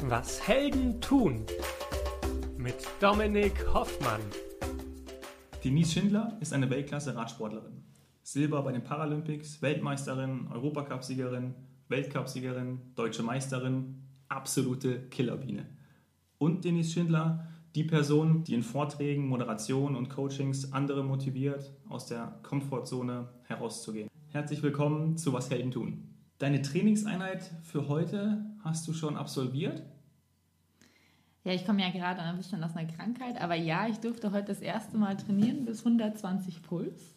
Was Helden tun mit Dominik Hoffmann. Denise Schindler ist eine Weltklasse-Radsportlerin. Silber bei den Paralympics, Weltmeisterin, Europacup-Siegerin, Weltcup-Siegerin, Deutsche Meisterin, absolute Killerbiene. Und Denise Schindler, die Person, die in Vorträgen, Moderationen und Coachings andere motiviert, aus der Komfortzone herauszugehen. Herzlich willkommen zu Was Helden tun. Deine Trainingseinheit für heute hast du schon absolviert? Ja, ich komme ja gerade ein bisschen aus einer Krankheit, aber ja, ich durfte heute das erste Mal trainieren bis 120 Puls.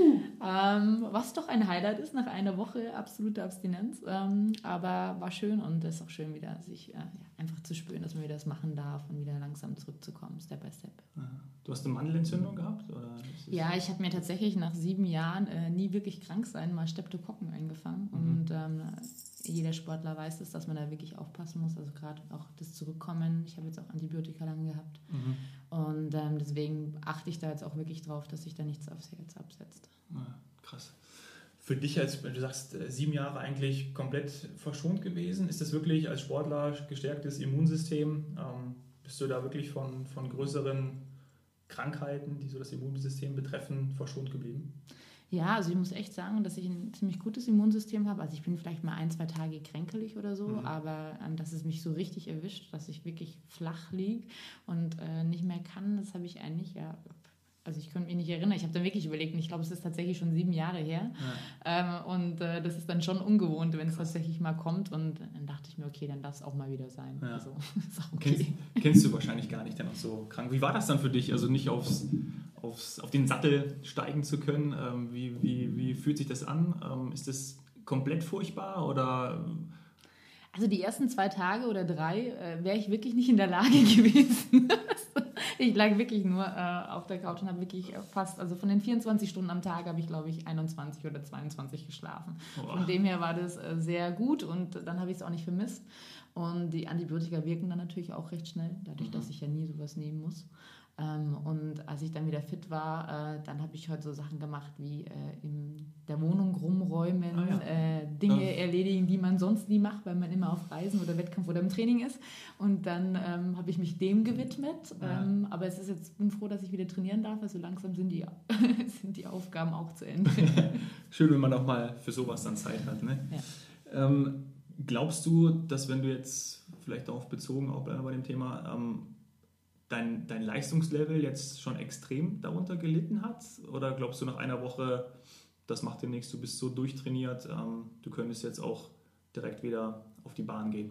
Was doch ein Highlight ist nach einer Woche absolute Abstinenz, aber war schön und es ist auch schön wieder sich einfach zu spüren, dass man wieder das machen darf und wieder langsam zurückzukommen, Step by Step. Du hast eine Mandelentzündung gehabt? Oder ja, ich habe mir tatsächlich nach 7 Jahren nie wirklich krank sein, mal Streptokokken eingefangen und jeder Sportler weiß es, dass man da wirklich aufpassen muss, also gerade auch das Zurückkommen. Ich habe jetzt auch Antibiotika lange gehabt und deswegen achte ich da jetzt auch wirklich drauf, dass sich da nichts aufs Herz absetzt. Ja, krass. Für dich, wenn du sagst, 7 Jahre eigentlich komplett verschont gewesen, ist das wirklich als Sportler gestärktes Immunsystem? Bist du da wirklich von größeren Krankheiten, die so das Immunsystem betreffen, verschont geblieben? Ja, also ich muss echt sagen, dass ich ein ziemlich gutes Immunsystem habe. Also ich bin vielleicht mal 1-2 Tage kränkelig oder so, aber dass es mich so richtig erwischt, dass ich wirklich flach liege und nicht mehr kann, das habe ich eigentlich, also ich könnte mich nicht erinnern. Ich habe dann wirklich überlegt und ich glaube, es ist tatsächlich schon 7 Jahre her. Ja. Das ist dann schon ungewohnt, wenn es tatsächlich mal kommt. Und dann dachte ich mir, okay, dann darf es auch mal wieder sein. Ja. Also, ist auch okay. Kennst du wahrscheinlich gar nicht, dann noch so krank. Wie war das dann für dich? Also nicht auf den Sattel steigen zu können. Wie fühlt sich das an? Ist das komplett furchtbar oder... Also die ersten 2 Tage oder 3 wäre ich wirklich nicht in der Lage gewesen. Ich lag wirklich nur auf der Couch und habe wirklich fast, also von den 24 Stunden am Tag habe ich, glaube ich, 21 oder 22 geschlafen. Wow. Von dem her war das sehr gut und dann habe ich es auch nicht vermisst. Und die Antibiotika wirken dann natürlich auch recht schnell, dadurch, dass ich ja nie sowas nehmen muss. Und als ich dann wieder fit war, dann habe ich heute so Sachen gemacht wie in der Wohnung rumräumen, Dinge erledigen, die man sonst nie macht, weil man immer auf Reisen oder Wettkampf oder im Training ist. Und dann habe ich mich dem gewidmet. Aber es ist jetzt, bin froh, dass ich wieder trainieren darf. Also langsam sind die Aufgaben auch zu Ende. Schön, wenn man auch mal für sowas dann Zeit hat. Ne? Ja. Glaubst du, dass wenn du jetzt vielleicht darauf bezogen, auch bei dem Thema, dein Leistungslevel jetzt schon extrem darunter gelitten hat? Oder glaubst du nach einer Woche, das macht dir nichts, du bist so durchtrainiert, du könntest jetzt auch direkt wieder auf die Bahn gehen?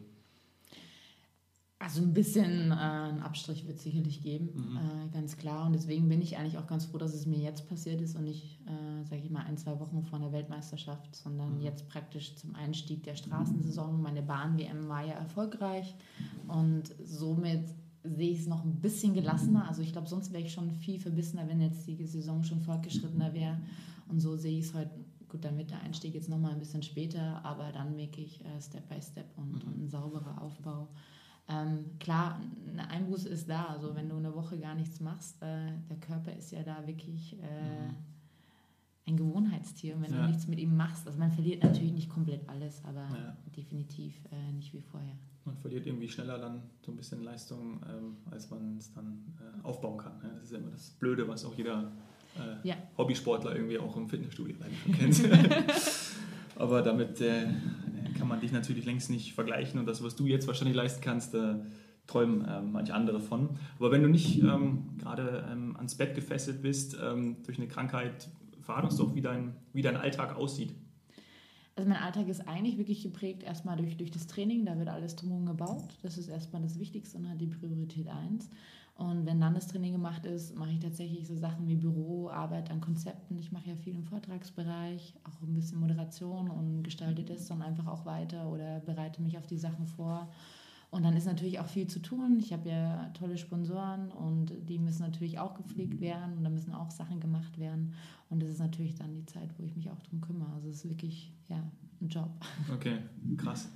Also ein bisschen einen Abstrich wird es sicherlich geben, ganz klar. Und deswegen bin ich eigentlich auch ganz froh, dass es mir jetzt passiert ist und nicht, sage ich mal, 1-2 Wochen vor der Weltmeisterschaft, sondern jetzt praktisch zum Einstieg der Straßensaison. Meine Bahn-WM war ja erfolgreich und somit sehe ich es noch ein bisschen gelassener. Also ich glaube, sonst wäre ich schon viel verbissener, wenn jetzt die Saison schon fortgeschrittener wäre. Und so sehe ich es heute, gut, dann wird der Einstieg jetzt nochmal ein bisschen später, aber dann wirklich Step by Step und ein sauberer Aufbau. Klar, eine Einbuße ist da. Also wenn du eine Woche gar nichts machst, der Körper ist ja da wirklich ein Gewohnheitstier. Und wenn du nichts mit ihm machst, also man verliert natürlich nicht komplett alles, aber definitiv nicht wie vorher. Man verliert irgendwie schneller dann so ein bisschen Leistung, als man es dann aufbauen kann. Das ist ja immer das Blöde, was auch jeder Hobbysportler irgendwie auch im Fitnessstudio kennt. Aber damit kann man dich natürlich längst nicht vergleichen und das, was du jetzt wahrscheinlich leisten kannst, träumen manche andere von. Aber wenn du nicht gerade ans Bett gefesselt bist durch eine Krankheit, verrat uns doch, wie dein Alltag aussieht. Also mein Alltag ist eigentlich wirklich geprägt erstmal durch das Training, da wird alles drumherum gebaut. Das ist erstmal das Wichtigste und hat die Priorität 1. Und wenn dann das Training gemacht ist, mache ich tatsächlich so Sachen wie Büro, Arbeit an Konzepten. Ich mache ja viel im Vortragsbereich, auch ein bisschen Moderation und gestalte das dann einfach auch weiter oder bereite mich auf die Sachen vor. Und dann ist natürlich auch viel zu tun. Ich habe ja tolle Sponsoren und die müssen natürlich auch gepflegt werden und da müssen auch Sachen gemacht werden. Und das ist natürlich dann die Zeit, wo ich mich auch drum kümmere. Also es ist wirklich ein Job. Okay, krass.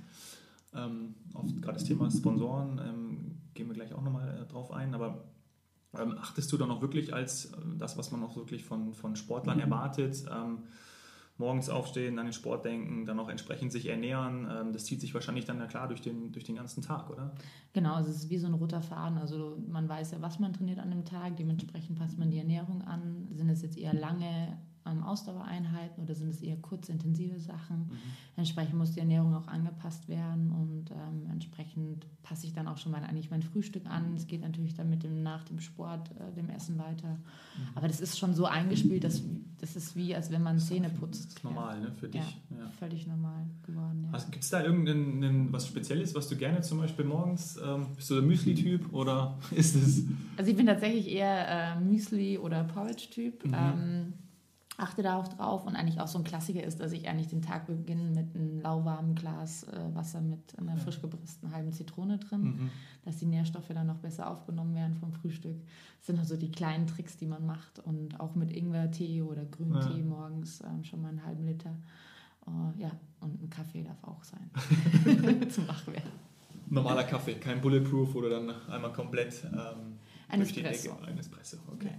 Oft gerade das Thema Sponsoren, gehen wir gleich auch nochmal drauf ein, aber achtest du dann auch wirklich als das, was man auch wirklich von Sportlern erwartet, morgens aufstehen, an den Sport denken, dann auch entsprechend sich ernähren. Das zieht sich wahrscheinlich dann ja klar durch den ganzen Tag, oder? Genau, also es ist wie so ein roter Faden. Also man weiß ja, was man trainiert an dem Tag, dementsprechend passt man die Ernährung an. Sind es jetzt eher lange Ausdauereinheiten oder sind es eher kurze, intensive Sachen? Entsprechend muss die Ernährung auch angepasst werden und entsprechend passe ich dann auch schon mein Frühstück an. Es geht natürlich dann nach dem Sport, dem Essen weiter. Aber das ist schon so eingespielt, das ist wie, als wenn man Zähne putzt. Das ist normal, ne, für dich. Ja, völlig normal geworden. Ja. Gibt es da was Spezielles, was du gerne zum Beispiel morgens, bist du der Müsli-Typ oder ist es... Also ich bin tatsächlich eher Müsli- oder Porridge-Typ. Achte da auch drauf und eigentlich auch so ein Klassiker ist, dass ich eigentlich den Tag beginne mit einem lauwarmen Glas Wasser mit einer frisch gepressten halben Zitrone drin, dass die Nährstoffe dann noch besser aufgenommen werden vom Frühstück. Das sind also die kleinen Tricks, die man macht und auch mit Ingwertee oder Grüntee morgens schon mal einen halben Liter. Und ein Kaffee darf auch sein, zum Wachwerden. Normaler Kaffee, kein Bulletproof oder dann einmal komplett ein Espresso. Ein Espresso, okay.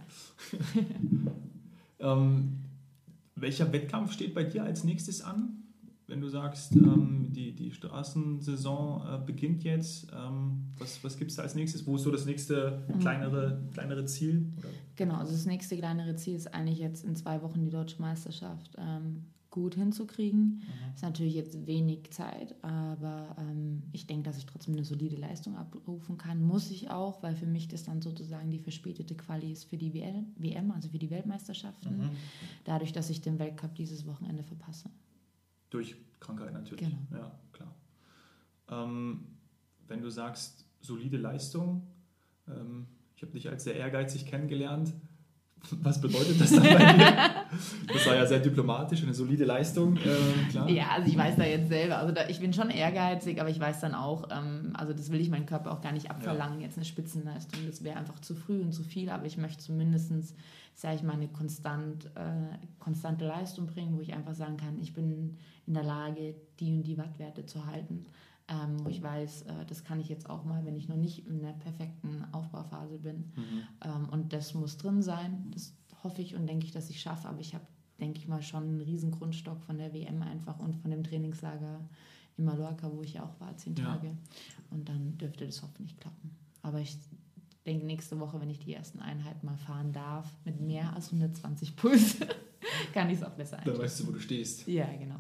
Ja. Welcher Wettkampf steht bei dir als nächstes an? Wenn du sagst, die Straßensaison beginnt jetzt, was gibt es da als nächstes? Wo ist so das nächste kleinere Ziel? Oder? Genau, also das nächste kleinere Ziel ist eigentlich jetzt in 2 Wochen die Deutsche Meisterschaft gut hinzukriegen. Ist natürlich jetzt wenig Zeit, aber ich denke, dass ich trotzdem eine solide Leistung abrufen kann. Muss ich auch, weil für mich das dann sozusagen die verspätete Quali ist für die WM, also für die Weltmeisterschaften. Dadurch, dass ich den Weltcup dieses Wochenende verpasse. Durch Krankheit natürlich. Genau. Ja, klar. Wenn du sagst, solide Leistung, ich habe dich als sehr ehrgeizig kennengelernt. Was bedeutet das dann bei dir? Das war ja sehr diplomatisch, eine solide Leistung, klar. Ja, also ich weiß da jetzt selber, also ich bin schon ehrgeizig, aber ich weiß dann auch, also das will ich meinem Körper auch gar nicht abverlangen, jetzt eine Spitzenleistung, das wäre einfach zu früh und zu viel, aber ich möchte zumindest, sage ich mal, eine konstante Leistung bringen, wo ich einfach sagen kann, ich bin in der Lage, die und die Wattwerte zu halten. Wo ich weiß, das kann ich jetzt auch mal, wenn ich noch nicht in der perfekten Aufbauphase bin. Und das muss drin sein. Das hoffe ich und denke ich, dass ich schaffe. Aber ich habe, denke ich mal, schon einen riesen Grundstock von der WM einfach und von dem Trainingslager in Mallorca, wo ich ja auch war, 10 Tage. Und dann dürfte das hoffentlich klappen. Aber ich denke, nächste Woche, wenn ich die ersten Einheiten mal fahren darf, mit mehr als 120 Puls, kann ich es auch besser einschätzen. Da weißt du, wo du stehst. Ja, genau.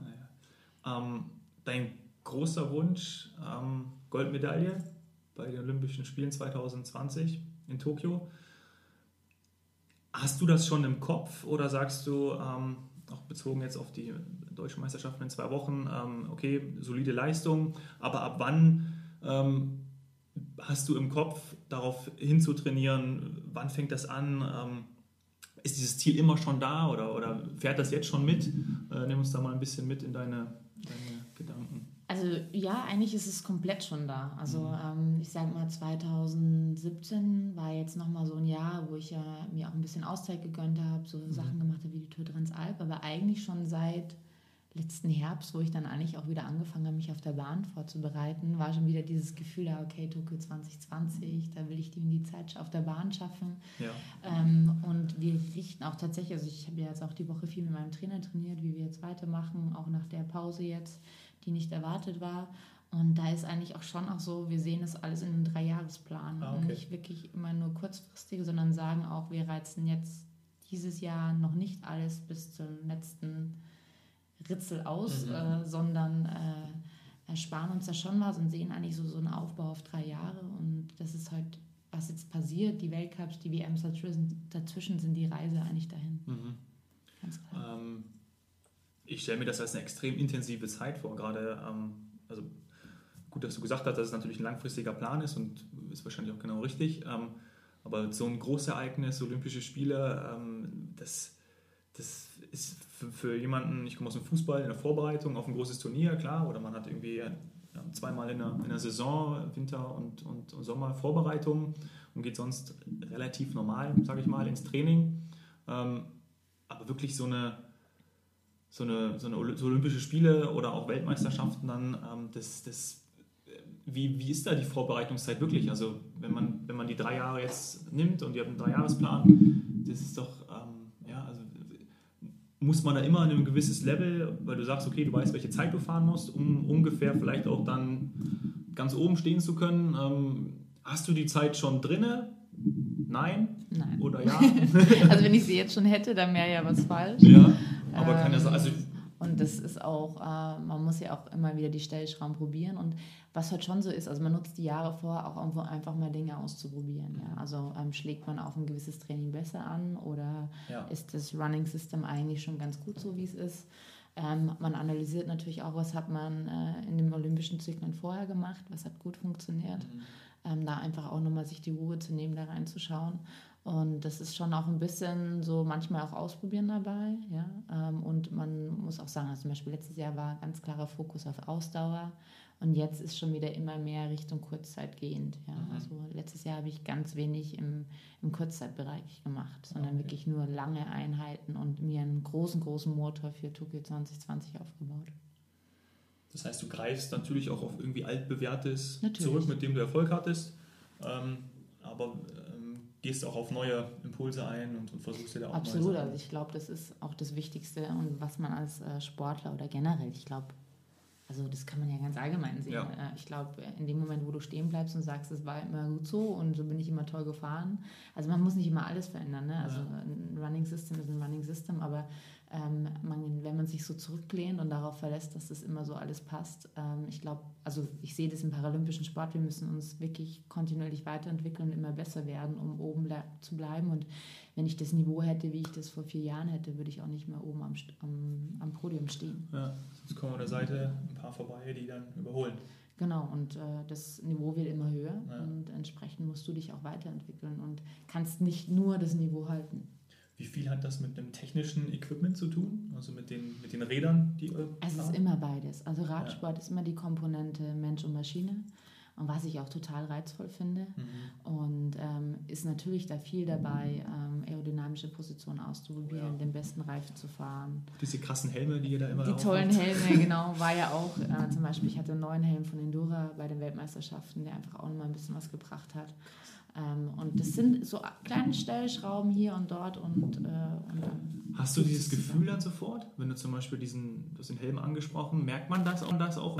Dein großer Wunsch, Goldmedaille bei den Olympischen Spielen 2020 in Tokio. Hast du das schon im Kopf oder sagst du, auch bezogen jetzt auf die Deutschen Meisterschaften in 2 Wochen, okay, solide Leistung, aber ab wann hast du im Kopf, darauf hinzutrainieren, wann fängt das an? Ist dieses Ziel immer schon da oder fährt das jetzt schon mit? Nimm uns da mal ein bisschen mit in deine Gedanken. Also ja, eigentlich ist es komplett schon da. Also ich sage mal, 2017 war jetzt nochmal so ein Jahr, wo ich ja mir auch ein bisschen Auszeit gegönnt habe, so Sachen gemacht habe wie die Tour Transalp, aber eigentlich schon seit letzten Herbst, wo ich dann eigentlich auch wieder angefangen habe, mich auf der Bahn vorzubereiten, war schon wieder dieses Gefühl da, okay, Tokio 2020, da will ich die Zeit auf der Bahn schaffen. Ja. Und wir richten auch tatsächlich, also ich habe ja jetzt auch die Woche viel mit meinem Trainer trainiert, wie wir jetzt weitermachen, auch nach der Pause jetzt, die nicht erwartet war. Und da ist eigentlich auch schon auch so, wir sehen das alles in einem 3-Jahresplan und nicht wirklich immer nur kurzfristig, sondern sagen auch, wir reizen jetzt dieses Jahr noch nicht alles bis zum letzten Ritzel aus, sondern ersparen uns da schon was und sehen eigentlich so einen Aufbau auf 3 Jahre. Und das ist halt, was jetzt passiert, die Weltcups, die WMs dazwischen sind die Reise eigentlich dahin. Ganz klar. Ich stelle mir das als eine extrem intensive Zeit vor, gerade, also gut, dass du gesagt hast, dass es natürlich ein langfristiger Plan ist und ist wahrscheinlich auch genau richtig, aber so ein Großereignis, Olympische Spiele, das ist für jemanden, ich komme aus dem Fußball, in der Vorbereitung auf ein großes Turnier, klar, oder man hat irgendwie 2-mal in der Saison, Winter- und Sommer Vorbereitung und geht sonst relativ normal, sage ich mal, ins Training, aber wirklich so Olympische Spiele oder auch Weltmeisterschaften dann, wie ist da die Vorbereitungszeit wirklich? Also wenn man die 3 Jahre jetzt nimmt und ihr habt einen 3-Jahresplan, das ist doch, muss man da immer ein gewisses Level, weil du sagst, okay, du weißt, welche Zeit du fahren musst, um ungefähr vielleicht auch dann ganz oben stehen zu können. Hast du die Zeit schon drinne? Nein? Oder ja? Also wenn ich sie jetzt schon hätte, dann wäre ja was falsch. Ja, aber kann ja sein. Also, und das ist auch, man muss ja auch immer wieder die Stellschrauben probieren. Und was halt schon so ist, also man nutzt die Jahre vor, auch einfach mal Dinge auszuprobieren. Ja? Also schlägt man auch ein gewisses Training besser an oder ist das Running System eigentlich schon ganz gut so, wie es ist? Man analysiert natürlich auch, was hat man in den olympischen Zyklen vorher gemacht, was hat gut funktioniert. Da einfach auch nochmal sich die Ruhe zu nehmen, da reinzuschauen. Und das ist schon auch ein bisschen so manchmal auch ausprobieren dabei. Ja? Und man muss auch sagen, also zum Beispiel letztes Jahr war ganz klarer Fokus auf Ausdauer und jetzt ist schon wieder immer mehr Richtung Kurzzeit gehend. Ja? Also letztes Jahr habe ich ganz wenig im Kurzzeitbereich gemacht, sondern wirklich nur lange Einheiten und mir einen großen Motor für Tokio 2020 aufgebaut. Das heißt, du greifst natürlich auch auf irgendwie altbewährtes zurück, mit dem du Erfolg hattest, aber gehst auch auf neue Impulse ein und versuchst dir da auch Absolut, also ich glaube, das ist auch das Wichtigste und was man als Sportler oder generell, ich glaube, also das kann man ja ganz allgemein sehen. Ja. Ich glaube, in dem Moment, wo du stehen bleibst und sagst, es war immer gut so und so bin ich immer toll gefahren, also man muss nicht immer alles verändern, ne? Also ein Running System ist ein Running System, aber wenn man sich so zurücklehnt und darauf verlässt, dass das immer so alles passt, ich glaube, also ich sehe das im paralympischen Sport, wir müssen uns wirklich kontinuierlich weiterentwickeln und immer besser werden, um oben zu bleiben. Und wenn ich das Niveau hätte, wie ich das vor 4 Jahren hätte, würde ich auch nicht mehr oben am Podium stehen. Ja, sonst kommen an der Seite ein paar vorbei, die dann überholen. Genau, und das Niveau wird immer höher und entsprechend musst du dich auch weiterentwickeln und kannst nicht nur das Niveau halten. Wie viel hat das mit einem technischen Equipment zu tun? Also mit den Rädern, die Es ist immer beides. Also Radsport ist immer die Komponente Mensch und Maschine. Und was ich auch total reizvoll finde. Und ist natürlich da viel dabei, aerodynamische Positionen auszuprobieren, den besten Reifen zu fahren. Diese krassen Helme, die ihr da immer Die tollen Helme, genau, war ja auch, zum Beispiel, ich hatte einen neuen Helm von Endura bei den Weltmeisterschaften, der einfach auch nochmal ein bisschen was gebracht hat. Und das sind so kleine Stellschrauben hier und dort und hast du dieses Gefühl dann sofort, wenn du zum Beispiel du hast den Helm angesprochen, merkt man das auch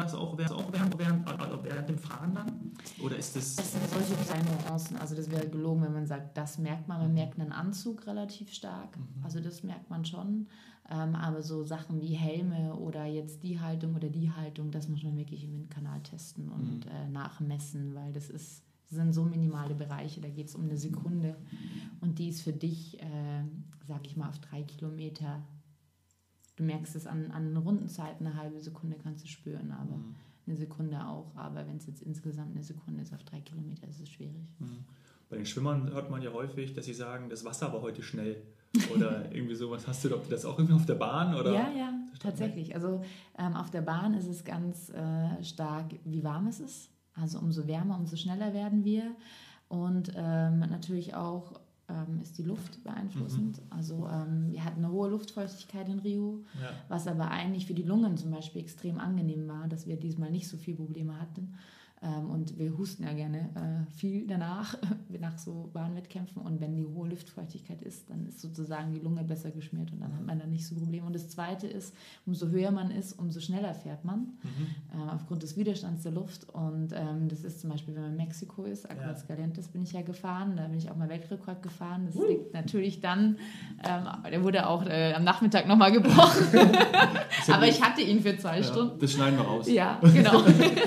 während dem Fahren dann? Oder ist das... Das sind solche kleine Nuancen, also das wäre gelogen, wenn man sagt, das merkt man merkt einen Anzug relativ stark, also das merkt man schon, aber so Sachen wie Helme oder jetzt die Haltung oder die Haltung, das muss man wirklich im Windkanal testen und nachmessen, weil das sind so minimale Bereiche, da geht es um eine Sekunde und die ist für dich, sag ich mal, auf 3 Kilometer. Du merkst es an Rundenzeiten, eine halbe Sekunde kannst du spüren, aber eine Sekunde auch. Aber wenn es jetzt insgesamt eine Sekunde ist auf 3 Kilometer, ist es schwierig. Bei den Schwimmern hört man ja häufig, dass sie sagen, das Wasser war heute schnell oder irgendwie sowas. Hast du das auch irgendwie auf der Bahn? Oder? Ja, tatsächlich. Also auf der Bahn ist es ganz stark, wie warm es ist. Also umso wärmer, umso schneller werden wir. Und natürlich auch ist die Luft beeinflussend. Also wir hatten eine hohe Luftfeuchtigkeit in Rio, was aber eigentlich für die Lungen zum Beispiel extrem angenehm war, dass wir diesmal nicht so viele Probleme hatten. Und wir husten ja gerne viel danach, nach so Bahnwettkämpfen. Und wenn die hohe Luftfeuchtigkeit ist, dann ist sozusagen die Lunge besser geschmiert und dann hat man da nicht so Probleme. Und das Zweite ist, umso höher man ist, umso schneller fährt man, aufgrund des Widerstands der Luft. Und das ist zum Beispiel, wenn man in Mexiko ist, Aguascalientes bin ich ja gefahren, da bin ich auch mal Weltrekord gefahren. Das liegt natürlich dann, der wurde auch am Nachmittag nochmal gebrochen. Aber ich hatte ihn für 2 Stunden. Das schneiden wir raus. Ja, genau.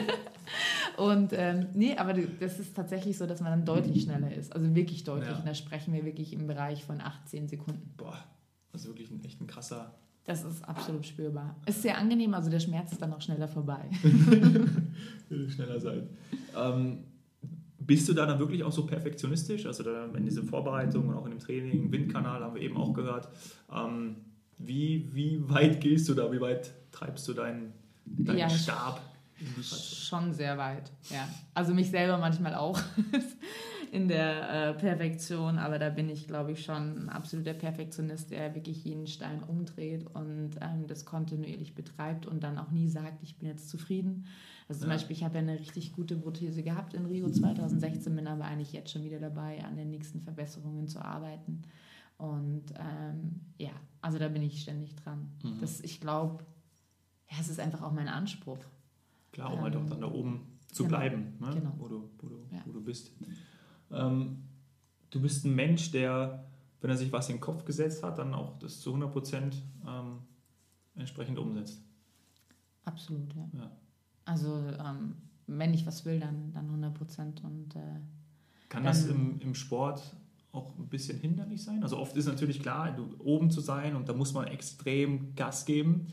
Und aber das ist tatsächlich so, dass man dann deutlich schneller ist. Also wirklich deutlich. Ja. Und da sprechen wir wirklich im Bereich von 18 Sekunden. Boah, also wirklich echt ein krasser... Das ist absolut spürbar. Ist sehr angenehm, also der Schmerz ist dann auch schneller vorbei. Will schneller sein. Bist du da dann wirklich auch so perfektionistisch? Also da in dieser Vorbereitung und auch in dem Training, Windkanal haben wir eben auch gehört. Wie weit gehst du da? Wie weit treibst du deinen Stab? Schon sehr weit, ja. Also mich selber manchmal auch in der Perfektion, aber da bin ich, glaube ich, schon ein absoluter Perfektionist, der wirklich jeden Stein umdreht und das kontinuierlich betreibt und dann auch nie sagt, ich bin jetzt zufrieden. Also zum Beispiel, ich habe ja eine richtig gute Prothese gehabt in Rio 2016, bin aber eigentlich jetzt schon wieder dabei, an den nächsten Verbesserungen zu arbeiten. Und ja, also da bin ich ständig dran. Ich glaube, ja, es ist einfach auch mein Anspruch. Klar, um halt auch dann da oben zu genau, bleiben, ne? genau. wo du bist. Du bist ein Mensch, der, wenn er sich was in den Kopf gesetzt hat, dann auch das zu 100% entsprechend umsetzt. Absolut, ja. Also wenn ich was will, dann 100%. Und kann das im Sport auch ein bisschen hinderlich sein? Also oft ist natürlich klar, oben zu sein und da muss man extrem Gas geben.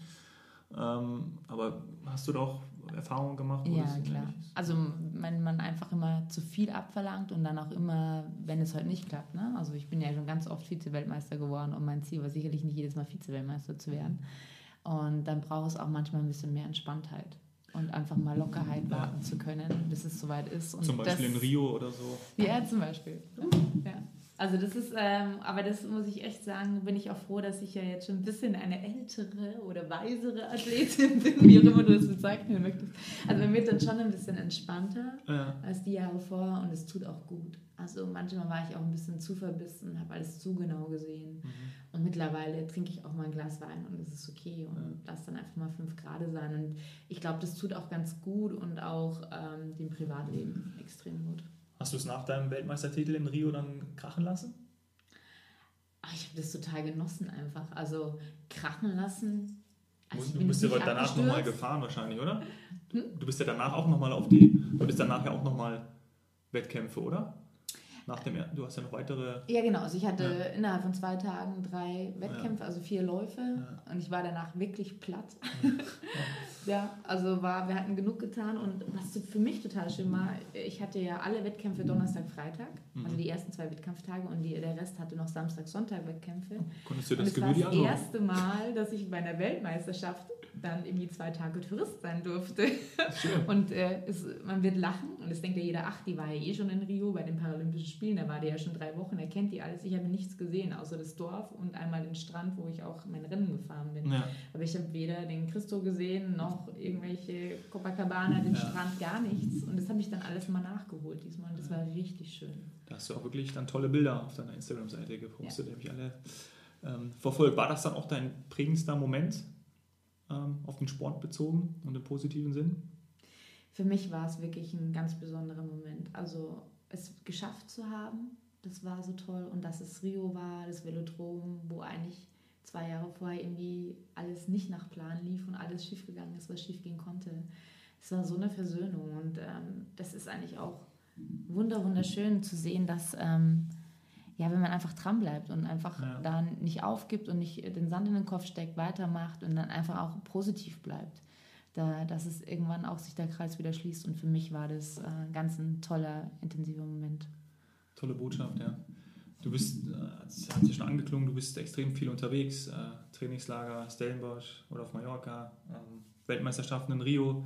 Aber hast du doch Erfahrungen gemacht? Ja, klar. Also wenn man einfach immer zu viel abverlangt und dann auch immer, wenn es heute nicht klappt. Ne? Also ich bin ja schon ganz oft Vize-Weltmeister geworden und mein Ziel war sicherlich nicht jedes Mal Vize-Weltmeister zu werden. Und dann braucht es auch manchmal ein bisschen mehr Entspanntheit und einfach mal Lockerheit warten zu können, bis es soweit ist. Und zum Beispiel in Rio oder so? Ja, zum Beispiel. Ja. Also das ist, aber das muss ich echt sagen, bin ich auch froh, dass ich ja jetzt schon ein bisschen eine ältere oder weisere Athletin bin, wie auch immer du es bezeichnen möchtest. Also man wird dann schon ein bisschen entspannter als die Jahre vor und es tut auch gut. Also manchmal war ich auch ein bisschen zu verbissen, habe alles zu genau gesehen. Und mittlerweile trinke ich auch mal ein Glas Wein und es ist okay und lass dann einfach mal 5 Grad sein. Und ich glaube, das tut auch ganz gut und auch dem Privatleben extrem gut. Hast du es nach deinem Weltmeistertitel in Rio dann krachen lassen? Ich habe das total genossen einfach. Also krachen lassen. Also du bist ja danach nochmal gefahren wahrscheinlich, oder? Du bist ja danach auch nochmal du bist danach ja auch nochmal Wettkämpfe, oder? Du hast ja noch weitere... Ja, genau. Also ich hatte innerhalb von 2 Tagen 3 Wettkämpfe, also 4 Läufe und ich war danach wirklich platt. Ja, also wir hatten genug getan und was für mich total schön war, ich hatte ja alle Wettkämpfe Donnerstag, Freitag, also die ersten 2 Wettkampftage und der Rest hatte noch Samstag, Sonntag Wettkämpfe. Konntest du das und es war das erste Mal, dass ich bei einer Weltmeisterschaft dann irgendwie 2 Tage Tourist sein durfte. Und man wird lachen und es denkt ja jeder, ach, die war ja eh schon in Rio bei den Paralympischen Spielen, da war die ja schon 3 Wochen, er kennt die alles. Ich habe nichts gesehen, außer das Dorf und einmal den Strand, wo ich auch mein Rennen gefahren bin. Ja. Aber ich habe weder den Christo gesehen, noch irgendwelche Copacabana, den Strand, gar nichts. Und das habe ich dann alles mal nachgeholt diesmal und das war richtig schön. Da hast du auch wirklich dann tolle Bilder auf deiner Instagram-Seite gepostet, die habe ich alle verfolgt. War das dann auch dein prägendster Moment auf den Sport bezogen und im positiven Sinn? Für mich war es wirklich ein ganz besonderer Moment. Also es geschafft zu haben, das war so toll. Und dass es Rio war, das Velodrom, wo eigentlich 2 Jahre vorher irgendwie alles nicht nach Plan lief und alles schiefgegangen ist, was schief gehen konnte. Es war so eine Versöhnung und das ist eigentlich auch wunderschön zu sehen, dass wenn man einfach dran bleibt und einfach da nicht aufgibt und nicht den Sand in den Kopf steckt, weitermacht und dann einfach auch positiv bleibt, dass es irgendwann auch sich der Kreis wieder schließt. Und für mich war das ganz ein toller, intensiver Moment. Tolle Botschaft, ja. Du bist, das hat sich schon angeklungen, du bist extrem viel unterwegs, Trainingslager, Stellenbosch oder auf Mallorca, Weltmeisterschaften in Rio.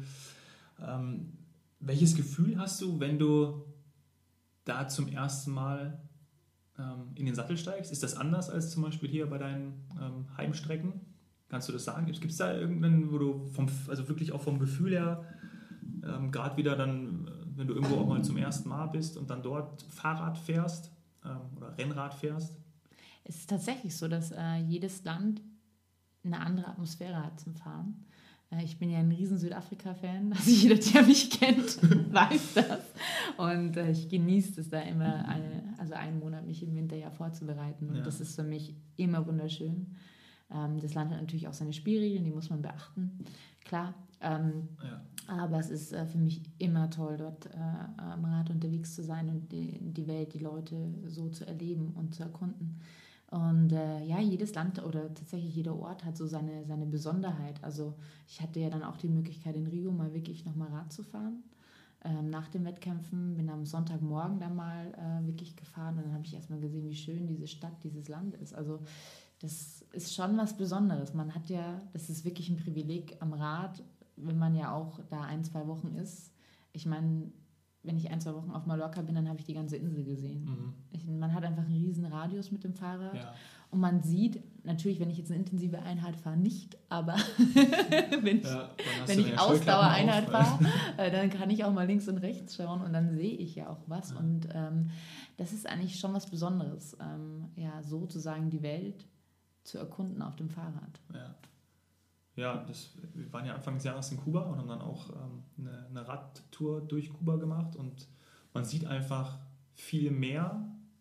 Welches Gefühl hast du, wenn du da zum ersten Mal in den Sattel steigst? Ist das anders als zum Beispiel hier bei deinen Heimstrecken? Kannst du das sagen? Gibt es da irgendeinen, wo du wirklich auch vom Gefühl her, gerade wieder dann, wenn du irgendwo auch mal zum ersten Mal bist und dann dort Fahrrad fährst oder Rennrad fährst? Es ist tatsächlich so, dass jedes Land eine andere Atmosphäre hat zum Fahren. Ich bin ja ein riesen Südafrika-Fan, also jeder, der mich kennt, weiß das. Und ich genieße es da immer, einen Monat mich im Winter ja vorzubereiten. Und das ist für mich immer wunderschön. Das Land hat natürlich auch seine Spielregeln, die muss man beachten, klar. Aber es ist für mich immer toll, dort am Rad unterwegs zu sein und die Welt, die Leute so zu erleben und zu erkunden. Und jedes Land oder tatsächlich jeder Ort hat so seine Besonderheit. Also ich hatte ja dann auch die Möglichkeit in Rio mal wirklich nochmal Rad zu fahren. Nach den Wettkämpfen bin am Sonntagmorgen dann mal wirklich gefahren und dann habe ich erstmal gesehen, wie schön diese Stadt, dieses Land ist. Also das ist schon was Besonderes. Das ist wirklich ein Privileg am Rad, wenn man ja auch da 1-2 Wochen ist. Ich meine, wenn ich 1-2 Wochen auf Mallorca bin, dann habe ich die ganze Insel gesehen. Man hat einfach einen riesen Radius mit dem Fahrrad und man sieht Natürlich, wenn ich jetzt eine intensive Einheit fahre, nicht, aber wenn wenn ich Ausdauereinheit fahre, dann kann ich auch mal links und rechts schauen und dann sehe ich ja auch was. Ja. Und das ist eigentlich schon was Besonderes, sozusagen die Welt zu erkunden auf dem Fahrrad. Ja, wir waren ja Anfang des Jahres in Kuba und haben dann auch eine Radtour durch Kuba gemacht und man sieht einfach viel mehr,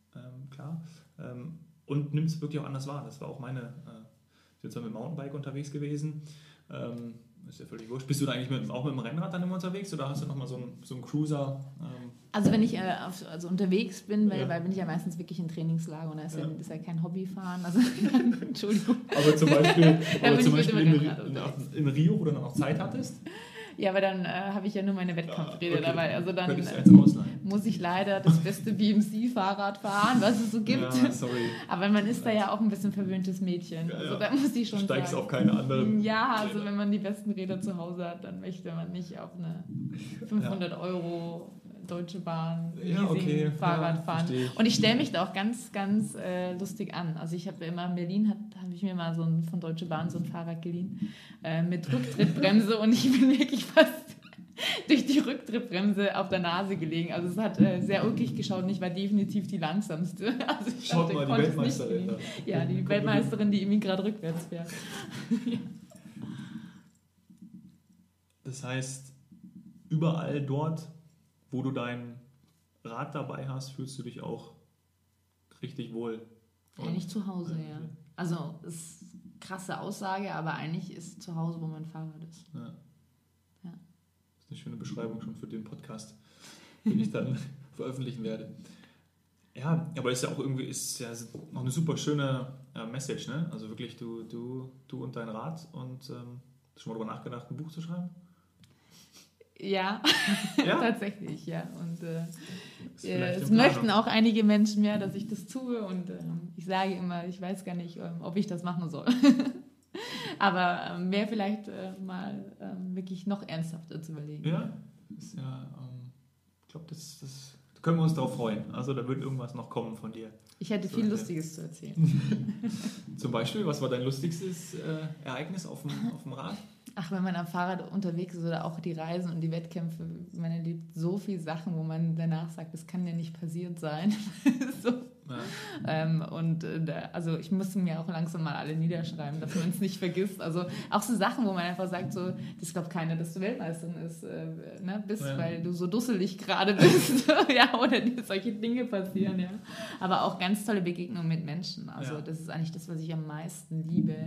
und nimmt es wirklich auch anders wahr. Das war auch meine, ich bin zwar mit dem Mountainbike unterwegs gewesen, ist ja völlig wurscht. Bist du da eigentlich auch mit dem Rennrad dann immer unterwegs oder hast du nochmal so einen Cruiser? Also wenn ich unterwegs bin, weil bin ich ja meistens wirklich in Trainingslager und das ist ja kein Hobbyfahren, also Entschuldigung. Aber zum Beispiel in Rio, wo du dann auch Zeit hattest? Ja, aber dann habe ich ja nur meine Wettkampfräder dabei. Also dann muss ich leider das beste BMC-Fahrrad fahren, was es so gibt. Ja, sorry. Aber man ist da ja auch ein bisschen verwöhntes Mädchen. Also da muss ich schon Steigst sagen. auf keine anderen. Ja, also wenn man die besten Räder zu Hause hat, dann möchte man nicht auf eine 500 € Deutsche Bahn Fahrrad fahren. Und ich stelle mich da auch ganz, ganz lustig an. Also ich habe immer in Berlin, habe ich mir mal von Deutsche Bahn so ein Fahrrad geliehen mit Rücktrittbremse und ich bin wirklich fast durch die Rücktrittbremse auf der Nase gelegen. Also es hat sehr ulkig geschaut und ich war definitiv die langsamste. Also ich Schaut mal, die Weltmeisterin. Ja, die Weltmeisterin, die irgendwie gerade rückwärts fährt. Ja. Das heißt, überall dort, wo du dein Rad dabei hast, fühlst du dich auch richtig wohl. Eigentlich zu Hause, ja. Also ist eine krasse Aussage, aber eigentlich ist zu Hause, wo mein Fahrrad ist. Ja. Das ist eine schöne Beschreibung schon für den Podcast, den ich dann veröffentlichen werde. Ja, aber ist ja auch irgendwie noch eine super schöne Message, ne? Also wirklich du und dein Rad und hast du schon mal darüber nachgedacht, ein Buch zu schreiben? Ja, tatsächlich, ja. Und es möchten auch einige Menschen mehr, dass ich das tue. Und ich sage immer, ich weiß gar nicht, ob ich das machen soll. Aber wäre vielleicht mal wirklich noch ernsthafter zu überlegen. Ja, ist ja, ich glaube, das können wir uns darauf freuen. Also da wird irgendwas noch kommen von dir. Ich hätte viel Lustiges zu erzählen. Zum Beispiel, was war dein lustigstes Ereignis auf dem Rad? Ach, wenn man am Fahrrad unterwegs ist oder auch die Reisen und die Wettkämpfe, man erlebt so viele Sachen, wo man danach sagt, das kann ja nicht passiert sein. So. Ja. Also ich muss mir auch langsam mal alle niederschreiben, dass man es nicht vergisst. Also auch so Sachen, wo man einfach sagt, so, das glaubt keiner, dass du Weltmeisterin bist, weil du so dusselig gerade bist. Ja, oder dir solche Dinge passieren. Ja. Aber auch ganz tolle Begegnungen mit Menschen. Also das ist eigentlich das, was ich am meisten liebe.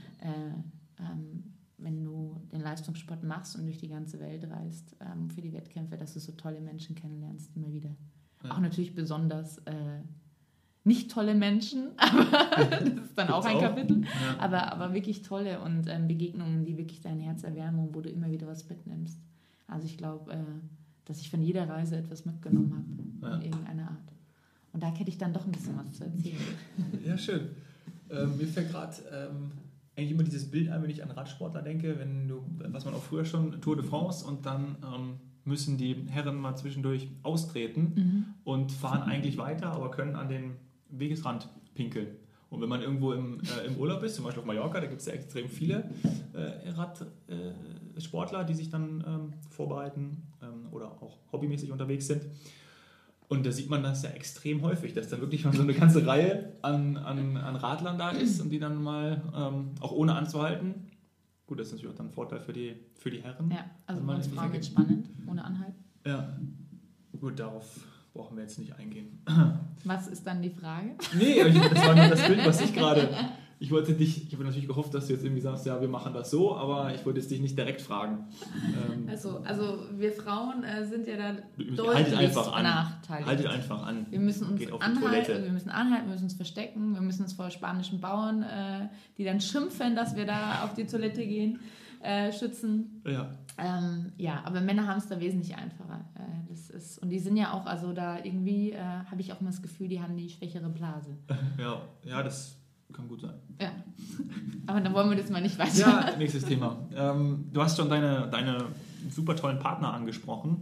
Wenn du den Leistungssport machst und durch die ganze Welt reist für die Wettkämpfe, dass du so tolle Menschen kennenlernst, immer wieder. Ja. Auch natürlich besonders nicht tolle Menschen, aber das ist dann auch ein Kapitel, aber wirklich tolle und Begegnungen, die wirklich dein Herz erwärmen und wo du immer wieder was mitnimmst. Also ich glaube, dass ich von jeder Reise etwas mitgenommen habe, in irgendeiner Art. Und da hätte ich dann doch ein bisschen was zu erzählen. Ja, schön. Mir fällt gerade eigentlich immer dieses Bild ein, wenn ich an Radsportler denke, was man auch früher schon, Tour de France, und dann müssen die Herren mal zwischendurch austreten und fahren eigentlich weiter, aber können an den Wegesrand pinkeln. Und wenn man irgendwo im Urlaub ist, zum Beispiel auf Mallorca, da gibt es ja extrem viele Radsportler, die sich dann vorbereiten oder auch hobbymäßig unterwegs sind. Und da sieht man das ja extrem häufig, dass da wirklich mal so eine ganze Reihe an Radlern da ist und die dann mal auch ohne anzuhalten. Gut, das ist natürlich auch dann ein Vorteil für die Herren. Ja, also bei uns Frauen wird es spannend, ohne Anhalten. Ja, gut, darauf brauchen wir jetzt nicht eingehen. Was ist dann die Frage? Nee, das war nur das Bild, was ich gerade... Ich habe natürlich gehofft, dass du jetzt irgendwie sagst, ja, wir machen das so, aber ich wollte jetzt dich nicht direkt fragen. Also wir Frauen sind ja da deutlich benachteiligt. Haltet einfach an. Wir müssen uns anhalten, wir müssen uns verstecken, wir müssen uns vor spanischen Bauern, die dann schimpfen, dass wir da auf die Toilette gehen, schützen. Ja. Aber Männer haben es da wesentlich einfacher. Und die sind ja auch, also da irgendwie habe ich auch mal das Gefühl, die haben die schwächere Blase. Ja, das kann gut sein. Ja, aber dann wollen wir das mal nicht weiter. Ja, nächstes Thema. Du hast schon deine super tollen Partner angesprochen.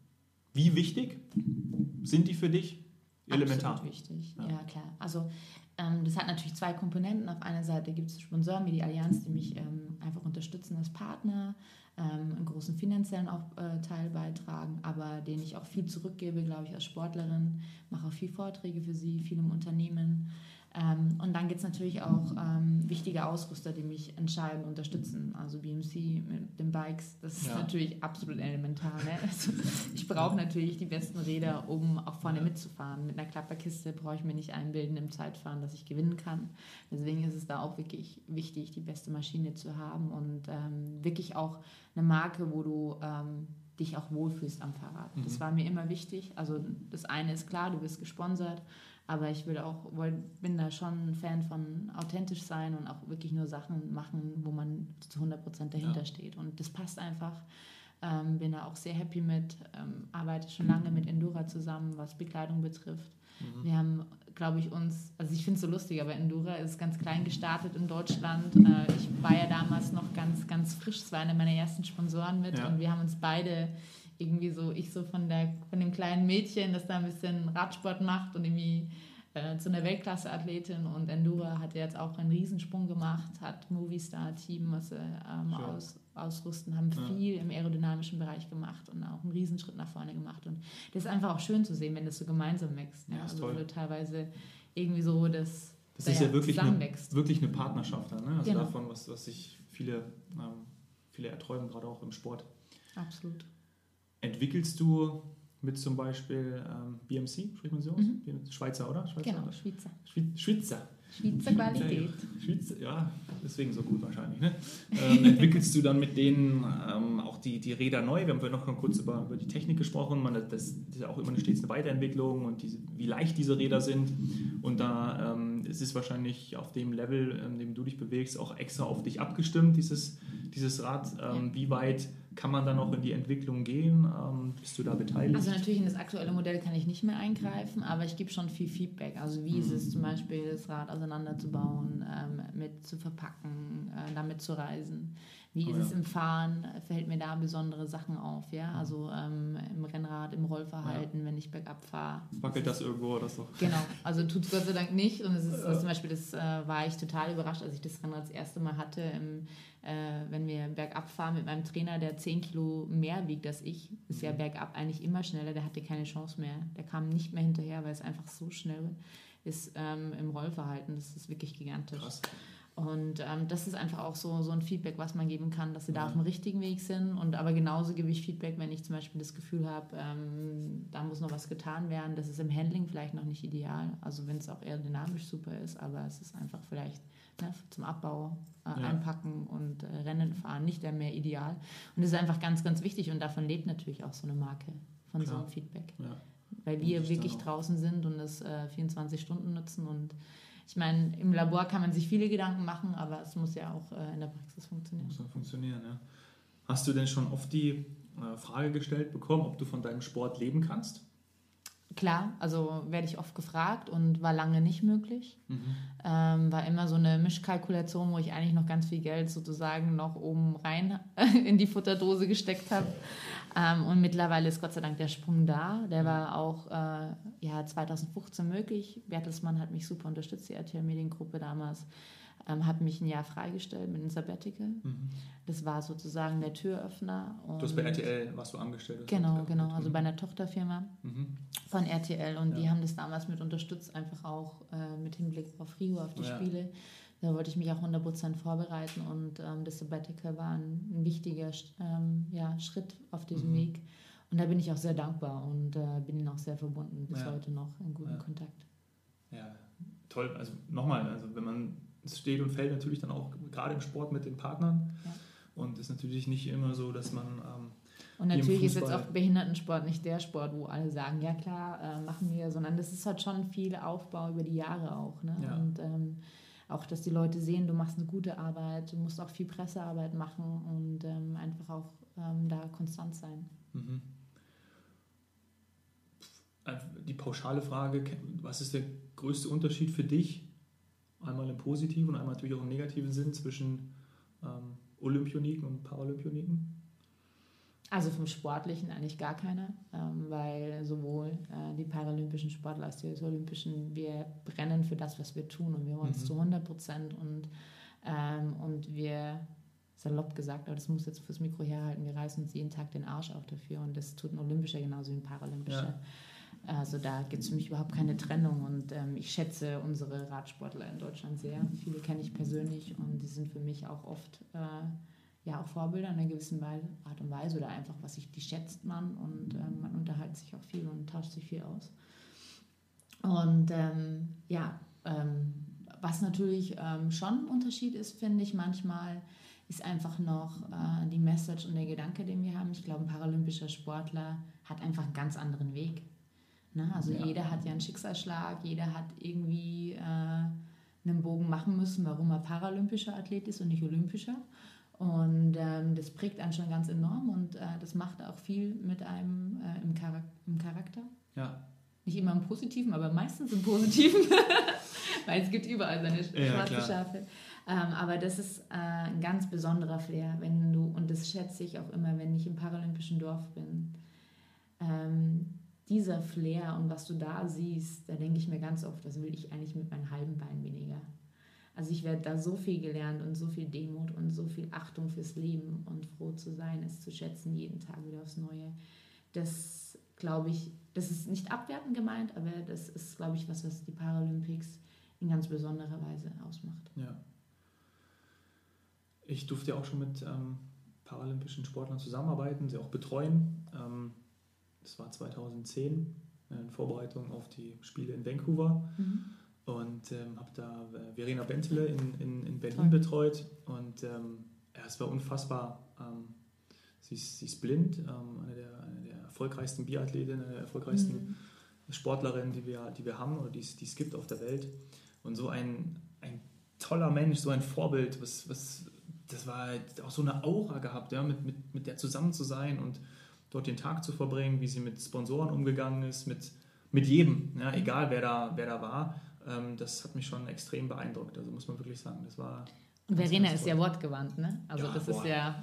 Wie wichtig sind die für dich? Elementar. Absolut wichtig, ja klar. Also Das hat natürlich zwei Komponenten. Auf einer Seite gibt es Sponsoren wie die Allianz, die mich einfach unterstützen als Partner, einen großen finanziellen Teil beitragen, aber denen ich auch viel zurückgebe, glaube ich, als Sportlerin. Mache auch viel Vorträge für sie, viel im Unternehmen. Und dann gibt es natürlich auch wichtige Ausrüster, die mich entscheidend unterstützen. Also BMC mit den Bikes, das ist natürlich absolut elementar. Ne? Also ich brauche natürlich die besten Räder, um auch vorne mitzufahren. Mit einer Klapperkiste brauche ich mir nicht einbilden im Zeitfahren, dass ich gewinnen kann. Deswegen ist es da auch wirklich wichtig, die beste Maschine zu haben und wirklich auch eine Marke, wo du dich auch wohlfühlst am Fahrrad. Das war mir immer wichtig. Also das eine ist klar, du wirst gesponsert, aber ich bin da schon ein Fan von authentisch sein und auch wirklich nur Sachen machen, wo man zu 100% dahinter steht. Und das passt einfach. Bin da auch sehr happy mit, arbeite schon lange mit Endura zusammen, was Bekleidung betrifft. Wir haben, glaube ich, also ich finde es so lustig, aber Endura ist ganz klein gestartet in Deutschland. Ich war ja damals noch ganz, ganz frisch, es war einer meiner ersten Sponsoren mit und wir haben uns beide irgendwie so, ich so von dem kleinen Mädchen, das da ein bisschen Radsport macht und irgendwie zu einer Weltklasse-Athletin, und Endura hat jetzt auch einen Riesensprung gemacht, hat Movistar-Team, was sie ausrüsten, haben viel im aerodynamischen Bereich gemacht und auch einen Riesenschritt nach vorne gemacht, und das ist einfach auch schön zu sehen, wenn das so gemeinsam wächst. Ja, also wo du teilweise irgendwie so das ist ja wirklich eine Partnerschaft, ne? Also genau. Davon, was sich viele erträumen, gerade auch im Sport. Absolut. Entwickelst du mit zum Beispiel BMC, spricht man so aus? Schweizer, oder? Genau, oder? Schweizer. Schweizer Qualität. Schweizer, ja, deswegen so gut wahrscheinlich. Ne? Entwickelst du dann mit denen auch die Räder neu? Wir haben noch kurz über die Technik gesprochen. Das ist ja auch immer stets eine Weiterentwicklung und wie leicht diese Räder sind. Und da ist es wahrscheinlich auf dem Level, in dem du dich bewegst, auch extra auf dich abgestimmt, dieses Rad. Wie weit kann man dann noch in die Entwicklung gehen? Bist du da beteiligt? Also natürlich in das aktuelle Modell kann ich nicht mehr eingreifen, aber ich gebe schon viel Feedback. Also wie ist es zum Beispiel, das Rad auseinanderzubauen, mit zu verpacken, damit zu reisen. Wie ist es im Fahren? Fällt mir da besondere Sachen auf? Ja? Also im Rennrad, im Rollverhalten, wenn ich bergab fahre. Wackelt das irgendwo oder so? Genau, also tut es Gott sei Dank nicht. Und es ist zum Beispiel, das war ich total überrascht, als ich das Rennrad das erste Mal hatte, wenn wir bergab fahren mit meinem Trainer, der 10 Kilo mehr wiegt als ich, ist ja bergab eigentlich immer schneller, der hatte keine Chance mehr. Der kam nicht mehr hinterher, weil es einfach so schnell ist im Rollverhalten. Das ist wirklich gigantisch. Krass. Und das ist einfach auch so ein Feedback, was man geben kann, dass sie da auf dem richtigen Weg sind. Aber genauso gebe ich Feedback, wenn ich zum Beispiel das Gefühl habe, da muss noch was getan werden. Das ist im Handling vielleicht noch nicht ideal. Also wenn es auch eher dynamisch super ist, aber es ist einfach vielleicht zum Abbau, einpacken und Rennen fahren nicht mehr ideal. Und das ist einfach ganz, ganz wichtig. Und davon lebt natürlich auch so eine Marke, von so einem Feedback. Ja. Weil wir wirklich draußen sind und das 24 Stunden nutzen. Und ich meine, im Labor kann man sich viele Gedanken machen, aber es muss ja auch in der Praxis funktionieren. Muss ja funktionieren, ja. Hast du denn schon oft die Frage gestellt bekommen, ob du von deinem Sport leben kannst? Klar, also werde ich oft gefragt und war lange nicht möglich. War immer so eine Mischkalkulation, wo ich eigentlich noch ganz viel Geld sozusagen noch oben rein in die Futterdose gesteckt habe. Und mittlerweile ist Gott sei Dank der Sprung da. Der war auch 2015 möglich. Bertelsmann hat mich super unterstützt, die RTL-Mediengruppe damals. Hat mich ein Jahr freigestellt mit einem Sabbatical. Das war sozusagen der Türöffner. Du hast bei RTL, warst du angestellt? Genau, also bei einer Tochterfirma von RTL. Und die haben das damals mit unterstützt, einfach auch mit Hinblick auf Rio, auf die Spiele. Da wollte ich mich auch 100% vorbereiten und das Sabbatical war ein wichtiger Schritt auf diesem Weg. Und da bin ich auch sehr dankbar und bin ihnen auch sehr verbunden, bis heute noch in gutem Kontakt. Ja, toll. Also nochmal, wenn man es steht und fällt natürlich dann auch gerade im Sport mit den Partnern. Ja. Und es ist natürlich nicht immer so, dass man... und natürlich ist jetzt auch Behindertensport nicht der Sport, wo alle sagen, ja klar, machen wir, sondern das ist halt schon viel Aufbau über die Jahre auch. Ne? Ja. Und auch, dass die Leute sehen, du machst eine gute Arbeit, du musst auch viel Pressearbeit machen und einfach auch da konstant sein. Die pauschale Frage, was ist der größte Unterschied für dich? Einmal im positiven und einmal natürlich auch im negativen Sinn zwischen Olympioniken und Paralympioniken? Also vom Sportlichen eigentlich gar keiner, weil sowohl die paralympischen Sportler als die Olympischen, wir brennen für das, was wir tun und wir wollen es zu 100% und wir, salopp gesagt, aber das muss jetzt fürs Mikro herhalten, wir reißen uns jeden Tag den Arsch auf dafür und das tut ein Olympischer genauso wie ein Paralympischer. Ja. Also da gibt es für mich überhaupt keine Trennung und ich schätze unsere Radsportler in Deutschland sehr. Viele kenne ich persönlich und die sind für mich auch oft auch Vorbilder in einer gewissen Art und Weise oder einfach, die schätzt man und man unterhält sich auch viel und tauscht sich viel aus. Und was natürlich schon ein Unterschied ist, finde ich manchmal, ist einfach noch die Message und der Gedanke, den wir haben. Ich glaube, ein paralympischer Sportler hat einfach einen ganz anderen Weg. Ne? Also jeder hat ja einen Schicksalsschlag, jeder hat irgendwie einen Bogen machen müssen, warum er paralympischer Athlet ist und nicht olympischer. Und das prägt einen schon ganz enorm und das macht auch viel mit einem im Charakter. Ja. Nicht immer im Positiven, aber meistens im Positiven, weil es gibt überall seine schwarze Schafe. Aber das ist ein ganz besonderer Flair, und das schätze ich auch immer, wenn ich im paralympischen Dorf bin. Dieser Flair und was du da siehst, da denke ich mir ganz oft, das will ich eigentlich mit meinem halben Bein weniger. Also ich werde da so viel gelernt und so viel Demut und so viel Achtung fürs Leben und froh zu sein, es zu schätzen, jeden Tag wieder aufs Neue. Das glaube ich, das ist nicht abwertend gemeint, aber das ist, glaube ich, was die Paralympics in ganz besonderer Weise ausmacht. Ja. Ich durfte ja auch schon mit paralympischen Sportlern zusammenarbeiten, sie auch betreuen. Das war 2010 in Vorbereitung auf die Spiele in Vancouver. Mhm. Und habe da Verena Bentele in Berlin betreut und es war unfassbar. Sie ist blind, eine der erfolgreichsten Biathletinnen, eine der erfolgreichsten Sportlerinnen, die wir haben oder die es gibt auf der Welt. Und so ein toller Mensch, so ein Vorbild, das war halt auch so eine Aura gehabt, ja, mit der zusammen zu sein und dort den Tag zu verbringen, wie sie mit Sponsoren umgegangen ist, mit jedem, ja, egal wer da war. Das hat mich schon extrem beeindruckt, also muss man wirklich sagen, das war... Und Verena ist ja wortgewandt, ne? Also ja, das ist ja...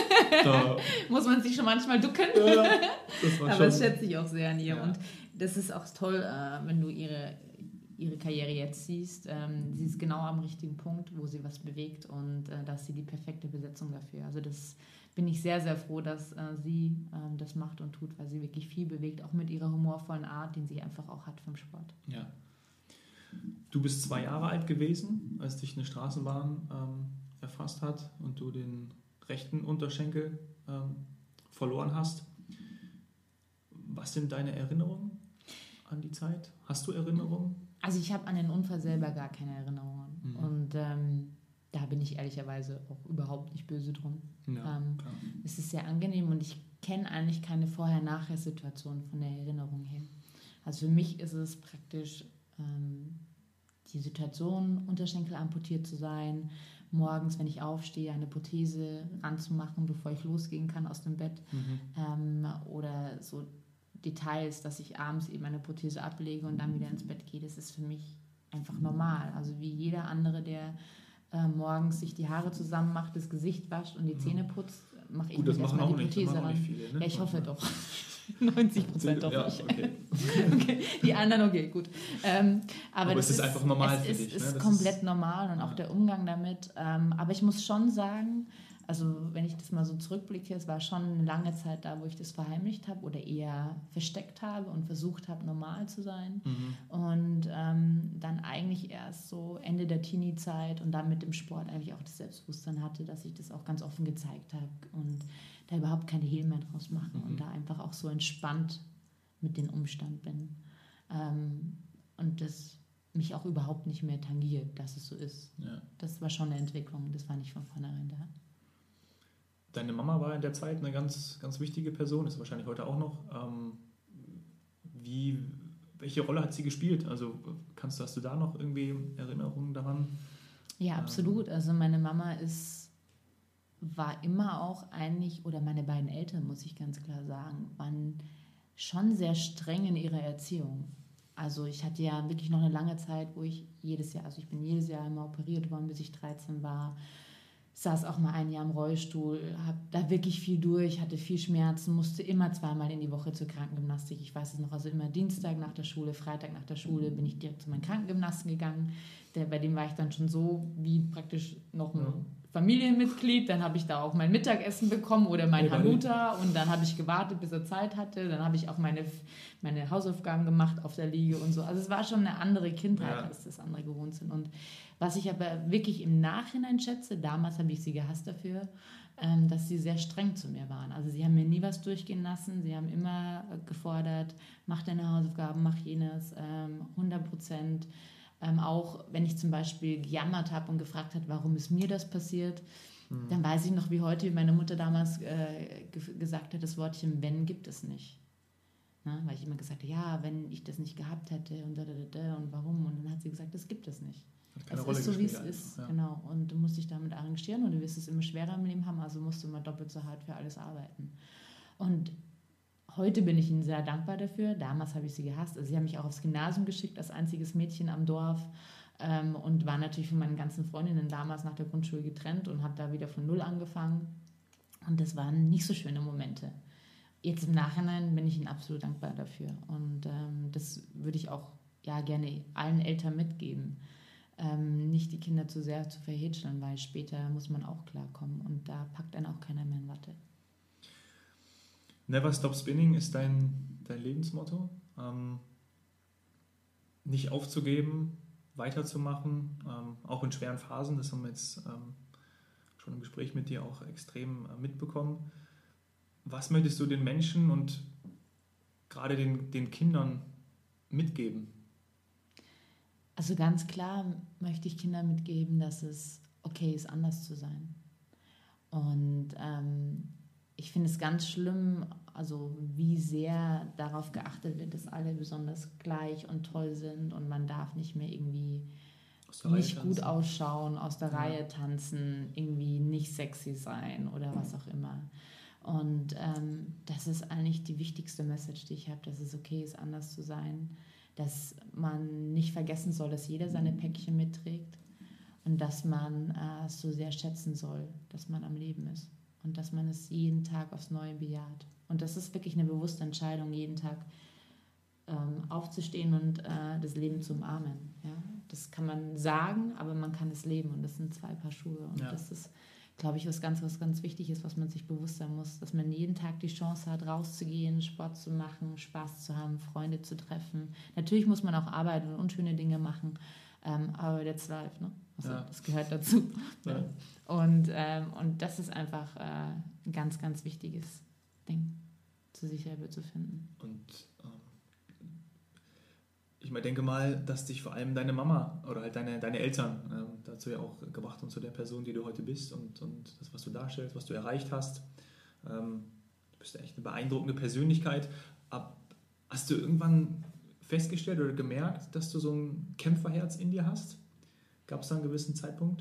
muss man sich schon manchmal ducken. Ja, aber das schätze ich auch sehr an ihr. Ja. Und das ist auch toll, wenn du ihre Karriere jetzt siehst. Sie ist genau am richtigen Punkt, wo sie was bewegt und da ist sie die perfekte Besetzung dafür. Also das bin ich sehr, sehr froh, dass sie das macht und tut, weil sie wirklich viel bewegt, auch mit ihrer humorvollen Art, den sie einfach auch hat vom Sport. Ja. Du bist 2 Jahre alt gewesen, als dich eine Straßenbahn erfasst hat und du den rechten Unterschenkel verloren hast. Was sind deine Erinnerungen an die Zeit? Hast du Erinnerungen? Also ich habe an den Unfall selber gar keine Erinnerungen. Mhm. Und da bin ich ehrlicherweise auch überhaupt nicht böse drum. Ja, es ist sehr angenehm und ich kenne eigentlich keine Vorher-Nachher-Situation von der Erinnerung her. Also für mich ist es praktisch die Situation, Unterschenkel amputiert zu sein, morgens, wenn ich aufstehe, eine Prothese ranzumachen, bevor ich losgehen kann aus dem Bett. Oder so Details, dass ich abends eben eine Prothese ablege und dann wieder ins Bett gehe. Das ist für mich einfach normal. Also wie jeder andere, der morgens sich die Haare zusammen macht, das Gesicht wascht und die Zähne putzt, mache ich mir erstmal die Prothese ran. Viele, ne? Ja, ich hoffe doch. 90% doch nicht. Okay. Okay. Die anderen, okay, gut. Aber es ist einfach normal für dich. Es ist komplett normal und auch der Umgang damit. Aber ich muss schon sagen, also wenn ich das mal so zurückblicke, es war schon eine lange Zeit da, wo ich das verheimlicht habe oder eher versteckt habe und versucht habe, normal zu sein. Und dann eigentlich erst so Ende der Teenie-Zeit und dann mit dem Sport eigentlich auch das Selbstbewusstsein hatte, dass ich das auch ganz offen gezeigt habe und da überhaupt keine Hehl mehr draus machen und da einfach auch so entspannt mit dem Umstand bin. Und das mich auch überhaupt nicht mehr tangiert, dass es so ist. Ja. Das war schon eine Entwicklung, das war nicht von vornherein da. Deine Mama war in der Zeit eine ganz, ganz wichtige Person, ist wahrscheinlich heute auch noch. Welche Rolle hat sie gespielt? Also hast du da noch irgendwie Erinnerungen daran? Ja, absolut. Also meine Mama war immer auch eigentlich, oder meine beiden Eltern, muss ich ganz klar sagen, waren schon sehr streng in ihrer Erziehung. Also ich hatte ja wirklich noch eine lange Zeit, wo ich bin jedes Jahr immer operiert worden, bis ich 13 war. saß auch mal ein Jahr im Rollstuhl, habe da wirklich viel durch, hatte viel Schmerzen, musste immer 2-mal in die Woche zur Krankengymnastik. Ich weiß es noch, also immer Dienstag nach der Schule, Freitag nach der Schule bin ich direkt zu meinen Krankengymnasten gegangen. Bei dem war ich dann schon so wie praktisch noch ein Familienmitglied. Dann habe ich da auch mein Mittagessen bekommen oder mein Hanuta und dann habe ich gewartet, bis er Zeit hatte. Dann habe ich auch meine Hausaufgaben gemacht auf der Liege und so. Also es war schon eine andere Kindheit, als das andere gewohnt sind. Und was ich aber wirklich im Nachhinein schätze, damals habe ich sie gehasst dafür, dass sie sehr streng zu mir waren. Also sie haben mir nie was durchgehen lassen, sie haben immer gefordert, mach deine Hausaufgaben, mach jenes, 100%. Auch wenn ich zum Beispiel gejammert habe und gefragt habe, warum ist mir das passiert, dann weiß ich noch wie heute, wie meine Mutter damals gesagt hat, das Wortchen wenn gibt es nicht. Na, weil ich immer gesagt habe, ja, wenn ich das nicht gehabt hätte und und warum. Und dann hat sie gesagt, das gibt es nicht. Keine es Rolle ist so, wie es gespielt ist. einfach, ja. Genau. Und du musst dich damit arrangieren und du wirst es immer schwerer im Leben haben, also musst du immer doppelt so hart für alles arbeiten. Und heute bin ich ihnen sehr dankbar dafür. Damals habe ich sie gehasst. Also sie haben mich auch aufs Gymnasium geschickt, als einziges Mädchen am Dorf und war natürlich von meinen ganzen Freundinnen damals nach der Grundschule getrennt und habe da wieder von Null angefangen. Und das waren nicht so schöne Momente. Jetzt im Nachhinein bin ich ihnen absolut dankbar dafür. Und das würde ich auch gerne allen Eltern mitgeben. Nicht die Kinder zu sehr zu verhätscheln, weil später muss man auch klarkommen und da packt einen auch keiner mehr in Watte. Never Stop Spinning ist dein Lebensmotto. Nicht aufzugeben, weiterzumachen, auch in schweren Phasen. Das haben wir jetzt schon im Gespräch mit dir auch extrem mitbekommen. Was möchtest du den Menschen und gerade den Kindern mitgeben? Also ganz klar möchte ich Kindern mitgeben, dass es okay ist, anders zu sein. Und ich finde es ganz schlimm, also wie sehr darauf geachtet wird, dass alle besonders gleich und toll sind und man darf nicht mehr irgendwie nicht gut ausschauen, aus der Reihe tanzen, irgendwie nicht sexy sein oder was auch immer. Und das ist eigentlich die wichtigste Message, die ich habe, dass es okay ist, anders zu sein, dass man nicht vergessen soll, dass jeder seine Päckchen mitträgt und dass man es so sehr schätzen soll, dass man am Leben ist und dass man es jeden Tag aufs Neue bejaht. Und das ist wirklich eine bewusste Entscheidung, jeden Tag aufzustehen und das Leben zu umarmen. Ja? Das kann man sagen, aber man kann es leben und das sind 2 Paar Schuhe. Und das ist, glaube ich, was ganz wichtig ist, was man sich bewusst sein muss, dass man jeden Tag die Chance hat, rauszugehen, Sport zu machen, Spaß zu haben, Freunde zu treffen. Natürlich muss man auch arbeiten und unschöne Dinge machen, aber that's life, ne? Also, das gehört dazu. Ja. Und das ist einfach ein ganz, ganz wichtiges Ding, zu sich selber zu finden. Und ich denke mal, dass dich vor allem deine Mama oder halt deine Eltern dazu ja auch gebracht haben, zu der Person, die du heute bist und das, was du darstellst, was du erreicht hast. Du bist echt eine beeindruckende Persönlichkeit. Hast du irgendwann festgestellt oder gemerkt, dass du so ein Kämpferherz in dir hast? Gab es da einen gewissen Zeitpunkt?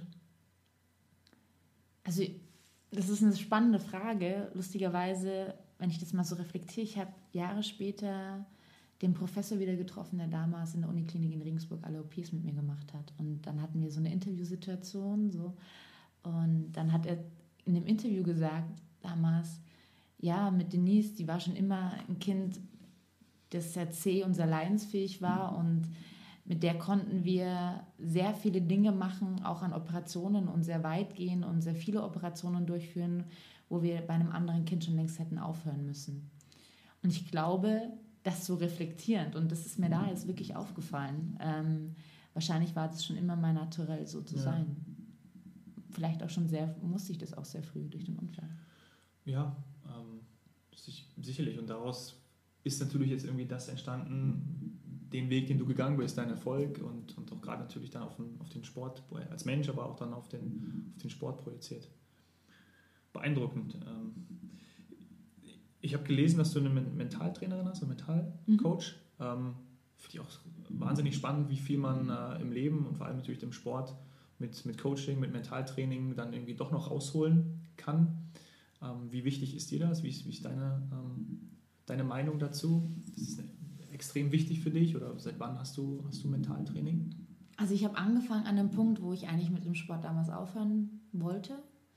Also das ist eine spannende Frage. Lustigerweise, wenn ich das mal so reflektiere, ich habe Jahre später den Professor wieder getroffen, der damals in der Uniklinik in Regensburg alle OPs mit mir gemacht hat. Und dann hatten wir so eine Interviewsituation. So. Und dann hat er in dem Interview gesagt, damals, ja, mit Denise, die war schon immer ein Kind, das sehr zäh und sehr leidensfähig war. Und mit der konnten wir sehr viele Dinge machen, auch an Operationen und sehr weit gehen und sehr viele Operationen durchführen, wo wir bei einem anderen Kind schon längst hätten aufhören müssen. Und ich glaube, das so reflektierend, und das ist mir da jetzt wirklich aufgefallen. Wahrscheinlich war das schon immer mein Naturell, so zu sein. Vielleicht auch schon musste ich das auch sehr früh durch den Unfall. Ja, sicherlich. Und daraus ist natürlich jetzt irgendwie das entstanden, den Weg, den du gegangen bist, dein Erfolg und auch gerade natürlich dann auf den Sport als Mensch, aber auch dann auf den Sport projiziert. Beeindruckend. Ich habe gelesen, dass du eine Mentaltrainerin hast, einen Mentalcoach. Finde ich auch wahnsinnig spannend, wie viel man im Leben und vor allem natürlich im Sport mit Coaching, mit Mentaltraining dann irgendwie doch noch rausholen kann. Wie wichtig ist dir das? Wie ist deine Meinung dazu? Ist es extrem wichtig für dich oder seit wann hast du Mentaltraining? Also ich habe angefangen an einem Punkt, wo ich eigentlich mit dem Sport damals aufhören wollte.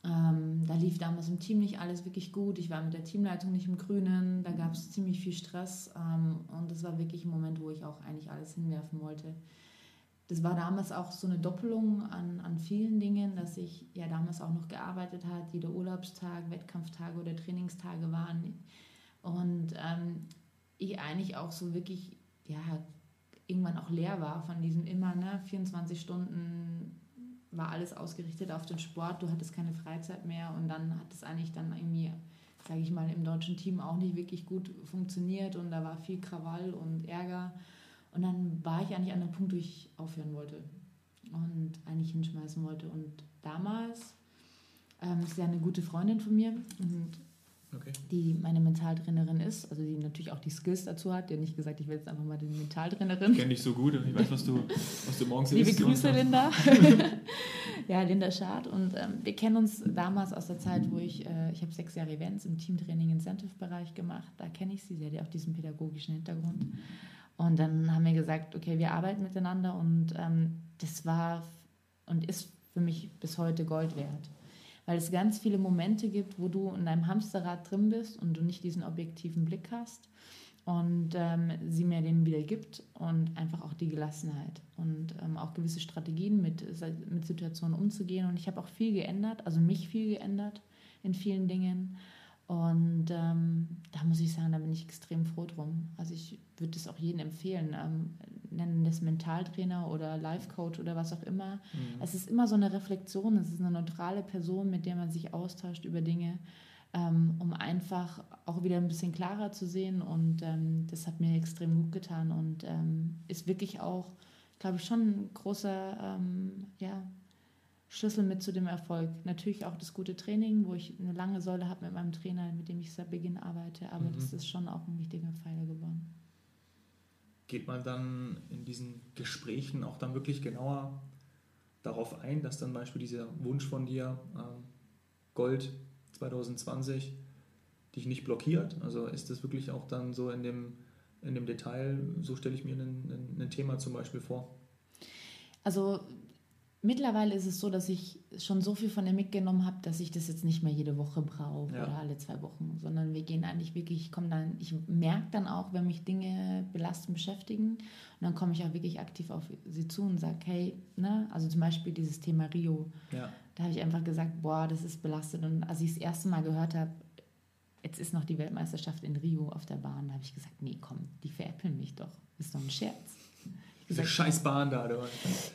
Da lief damals im Team nicht alles wirklich gut. Ich war mit der Teamleitung nicht im Grünen. Da gab es ziemlich viel Stress. Und das war wirklich ein Moment, wo ich auch eigentlich alles hinwerfen wollte. Das war damals auch so eine Doppelung an vielen Dingen, dass ich ja damals auch noch gearbeitet habe. Jeder Urlaubstag, Wettkampftage oder Trainingstage waren. Und ich eigentlich auch so wirklich, ja, irgendwann auch leer war von diesem immer, 24 Stunden war alles ausgerichtet auf den Sport, du hattest keine Freizeit mehr und dann hat es eigentlich dann irgendwie, sage ich mal, im deutschen Team auch nicht wirklich gut funktioniert und da war viel Krawall und Ärger und dann war ich eigentlich an dem Punkt, wo ich aufhören wollte und eigentlich hinschmeißen wollte und damals ist ja eine gute Freundin von mir und die meine Mentaltrainerin ist, also die natürlich auch die Skills dazu hat. Die hat nicht gesagt, ich will jetzt einfach mal die Mentaltrainerin. Ich kenne dich so gut und ich weiß, was du morgens Liebe isst. Grüße, Linda. Ja, Linda Schad. Und wir kennen uns damals aus der Zeit, wo ich habe 6 Jahre Events im Teamtraining Incentive-Bereich gemacht. Da kenne ich sie. Sie hat ja auch diesen pädagogischen Hintergrund. Und dann haben wir gesagt, okay, wir arbeiten miteinander und das war und ist für mich bis heute Gold wert. Weil es ganz viele Momente gibt, wo du in deinem Hamsterrad drin bist und du nicht diesen objektiven Blick hast und sie mir den wieder gibt und einfach auch die Gelassenheit und auch gewisse Strategien mit Situationen umzugehen. Und ich habe auch viel geändert, also mich viel geändert in vielen Dingen. Und da muss ich sagen, da bin ich extrem froh drum. Also ich würde es auch jedem empfehlen, nennen das Mentaltrainer oder Life-Coach oder was auch immer. Mhm. Es ist immer so eine Reflexion, es ist eine neutrale Person, mit der man sich austauscht über Dinge, um einfach auch wieder ein bisschen klarer zu sehen und das hat mir extrem gut getan und ist wirklich auch, glaube ich, schon ein großer Schlüssel mit zu dem Erfolg. Natürlich auch das gute Training, wo ich eine lange Säule habe mit meinem Trainer, mit dem ich seit Beginn arbeite, aber das ist schon auch ein wichtiger Pfeiler geworden. Geht man dann in diesen Gesprächen auch dann wirklich genauer darauf ein, dass dann zum Beispiel dieser Wunsch von dir, Gold 2020, dich nicht blockiert? Also ist das wirklich auch dann so in dem Detail, so stelle ich mir ein Thema zum Beispiel vor? Also mittlerweile ist es so, dass ich schon so viel von ihr mitgenommen habe, dass ich das jetzt nicht mehr jede Woche brauche oder alle 2 Wochen, sondern wir gehen eigentlich wirklich, ich merke dann auch, wenn mich Dinge belasten, beschäftigen und dann komme ich auch wirklich aktiv auf sie zu und sage, hey, also zum Beispiel dieses Thema Rio, da habe ich einfach gesagt, boah, das ist belastet und als ich das erste Mal gehört habe, jetzt ist noch die Weltmeisterschaft in Rio auf der Bahn, da habe ich gesagt, nee, komm, die veräppeln mich doch, ist doch ein Scherz. Diese scheiß Bahn da, du.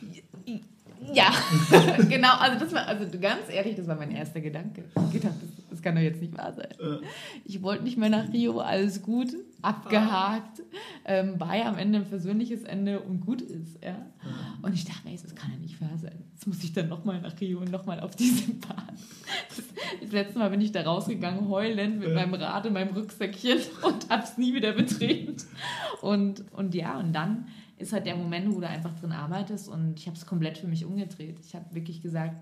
Ja, genau, also ganz ehrlich, das war mein erster Gedanke. Ich gedacht, das kann doch jetzt nicht wahr sein. Ich wollte nicht mehr nach Rio, alles gut, abgehakt, war ja am Ende ein persönliches Ende und gut ist. Ja? Und ich dachte mir, das kann ja nicht wahr sein. Jetzt muss ich dann nochmal nach Rio und nochmal auf diese Bahn. Das letzte Mal bin ich da rausgegangen, heulend mit meinem Rad und meinem Rucksäckchen und habe es nie wieder betreten. Und dann ist halt der Moment, wo du einfach drin arbeitest und ich habe es komplett für mich umgedreht. Ich habe wirklich gesagt,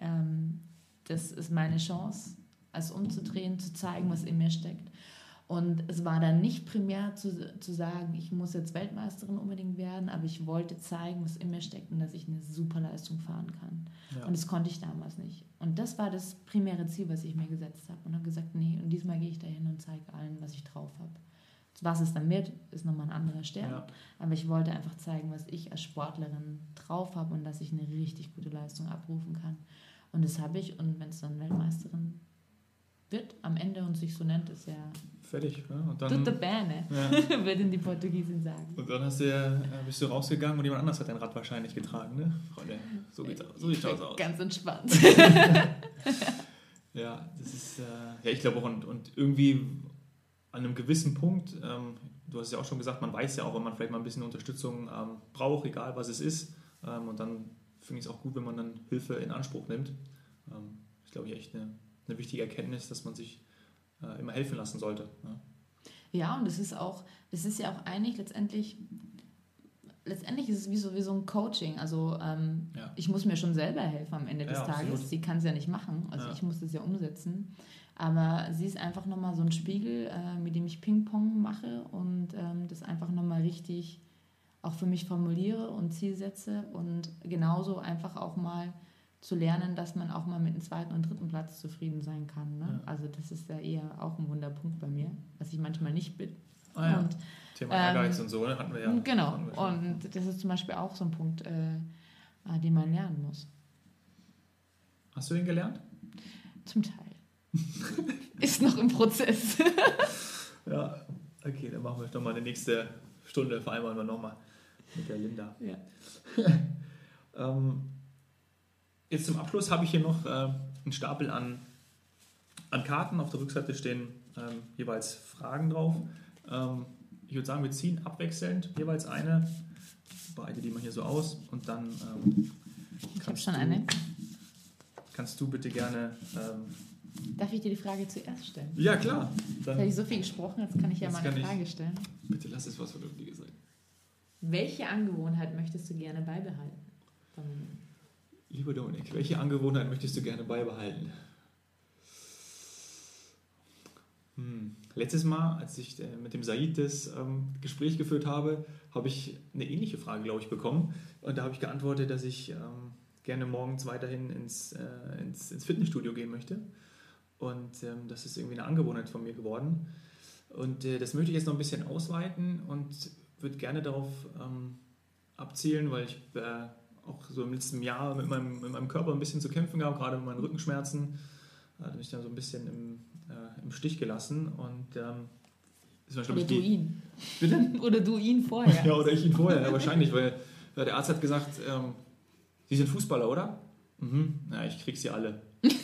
das ist meine Chance, es umzudrehen, zu zeigen, was in mir steckt. Und es war dann nicht primär zu sagen, ich muss jetzt Weltmeisterin unbedingt werden, aber ich wollte zeigen, was in mir steckt und dass ich eine super Leistung fahren kann. Ja. Und das konnte ich damals nicht. Und das war das primäre Ziel, was ich mir gesetzt habe. Und habe gesagt, nee, und diesmal gehe ich dahin und zeige allen, was ich drauf habe. Was es dann wird, ist nochmal ein anderer Stern. Ja. Aber ich wollte einfach zeigen, was ich als Sportlerin drauf habe und dass ich eine richtig gute Leistung abrufen kann. Und das habe ich. Und wenn es dann Weltmeisterin wird, am Ende und sich so nennt, ist ja fertig. Ja? Und dann Tutte bene, würden die Portugiesen sagen. Und dann bist du rausgegangen und jemand anders hat dein Rad wahrscheinlich getragen, ne? Freunde, so sieht das aus. Ganz entspannt. Ja, das ist, ich glaube auch, und irgendwie an einem gewissen Punkt, du hast es ja auch schon gesagt, man weiß ja auch, wenn man vielleicht mal ein bisschen Unterstützung braucht, egal was es ist. Und dann finde ich es auch gut, wenn man dann Hilfe in Anspruch nimmt. Ich glaube, echt eine wichtige Erkenntnis, dass man sich immer helfen lassen sollte. Ja, und das ist ja auch eigentlich letztendlich ist es wie so ein Coaching. Also ich muss mir schon selber helfen am Ende des Tages. Absolut. Sie kann es ja nicht machen, also ich muss das ja umsetzen. Aber sie ist einfach nochmal so ein Spiegel, mit dem ich Ping-Pong mache und das einfach nochmal richtig auch für mich formuliere und Ziel setze und genauso einfach auch mal zu lernen, dass man auch mal mit dem 2. und 3. Platz zufrieden sein kann. Ne? Ja. Also das ist ja eher auch ein Wunderpunkt bei mir, was ich manchmal nicht bin. Und, Thema Ehrgeiz und so, ne? Hatten wir ja. Genau, hatten wir schon. und das ist zum Beispiel auch so ein Punkt, den man lernen muss. Hast du den gelernt? Zum Teil. Ist noch im Prozess. Ja, okay, dann machen wir doch mal eine nächste Stunde, vereinbaren wir nochmal mit der Linda. Ja. Jetzt zum Abschluss habe ich hier noch einen Stapel an Karten. Auf der Rückseite stehen jeweils Fragen drauf. Ich würde sagen, wir ziehen abwechselnd jeweils eine. Breite die mal hier so aus und dann Ich habe schon eine. Kannst du bitte gerne... Darf ich dir die Frage zuerst stellen? ja, klar. Jetzt Dann, habe ich so viel gesprochen, jetzt kann ich ja Jetzt mal eine kann ich- Frage stellen. bitte lass es was Vernünftiges sein. Welche Angewohnheit möchtest du gerne beibehalten? Lieber Dominik, welche Angewohnheit möchtest du gerne beibehalten? Letztes Mal, als ich mit dem Said das Gespräch geführt habe, habe ich eine ähnliche Frage, glaube ich, bekommen. Und da habe ich geantwortet, dass ich gerne morgens weiterhin ins Fitnessstudio gehen möchte. Und das ist irgendwie eine Angewohnheit von mir geworden. Und das möchte ich jetzt noch ein bisschen ausweiten und würde gerne darauf abzielen, weil ich auch so im letzten Jahr mit meinem Körper ein bisschen zu kämpfen gehabt, gerade mit meinen Rückenschmerzen. Da habe ich dann so ein bisschen im Stich gelassen. Und das war, glaube Oder ich, du ihn. Bitte? Oder du ihn vorher. Ja, oder ich ihn vorher, ja, wahrscheinlich, weil der Arzt hat gesagt, Sie sind Fußballer, oder? Mhm. Ja, ich krieg sie alle.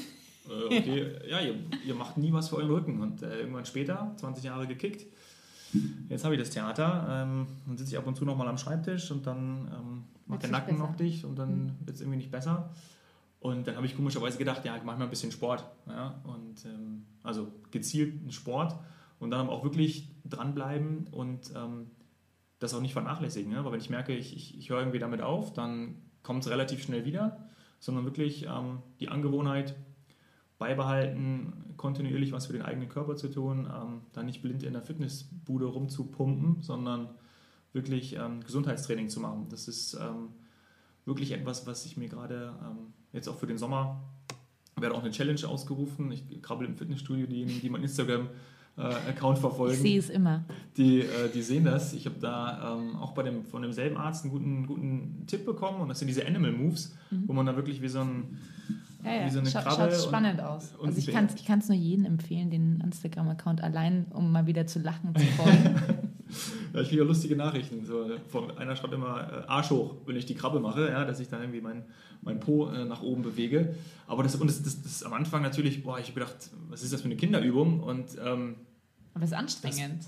Okay, ja, ihr macht nie was für euren Rücken. Und irgendwann später, 20 Jahre gekickt, jetzt habe ich das Theater. Dann sitze ich ab und zu nochmal am Schreibtisch und dann macht der Nacken noch dicht und dann wird es irgendwie nicht besser. Und dann habe ich komischerweise gedacht, ja, ich mache mal ein bisschen Sport. Ja? Und also gezielten Sport und dann aber auch wirklich dranbleiben und das auch nicht vernachlässigen. Ne? Aber wenn ich merke, ich höre irgendwie damit auf, dann kommt es relativ schnell wieder, sondern wirklich die Angewohnheit beibehalten, kontinuierlich was für den eigenen Körper zu tun, dann nicht blind in der Fitnessbude rumzupumpen, sondern wirklich Gesundheitstraining zu machen. Das ist wirklich etwas, was ich mir gerade jetzt auch für den Sommer, werde auch eine Challenge ausgerufen. Ich krabbel im Fitnessstudio, diejenigen, die mein Instagram-Account verfolgen. Ich sehe es immer. Die sehen das. Ich habe da auch von demselben Arzt einen guten Tipp bekommen und das sind diese Animal Moves, wo man da wirklich wie so ein Ja, wie so eine schaut Krabbe spannend aus. und Also ich ein kann es nur jedem empfehlen, den Instagram-Account allein, um mal wieder zu lachen zu folgen. Ja, ich kriege ja lustige Nachrichten. So, einer schreibt immer Arsch hoch, wenn ich die Krabbe mache, ja, dass ich dann irgendwie mein Po nach oben bewege. Aber das am Anfang natürlich, ich habe gedacht, was ist das für eine Kinderübung? Und Aber es ist anstrengend.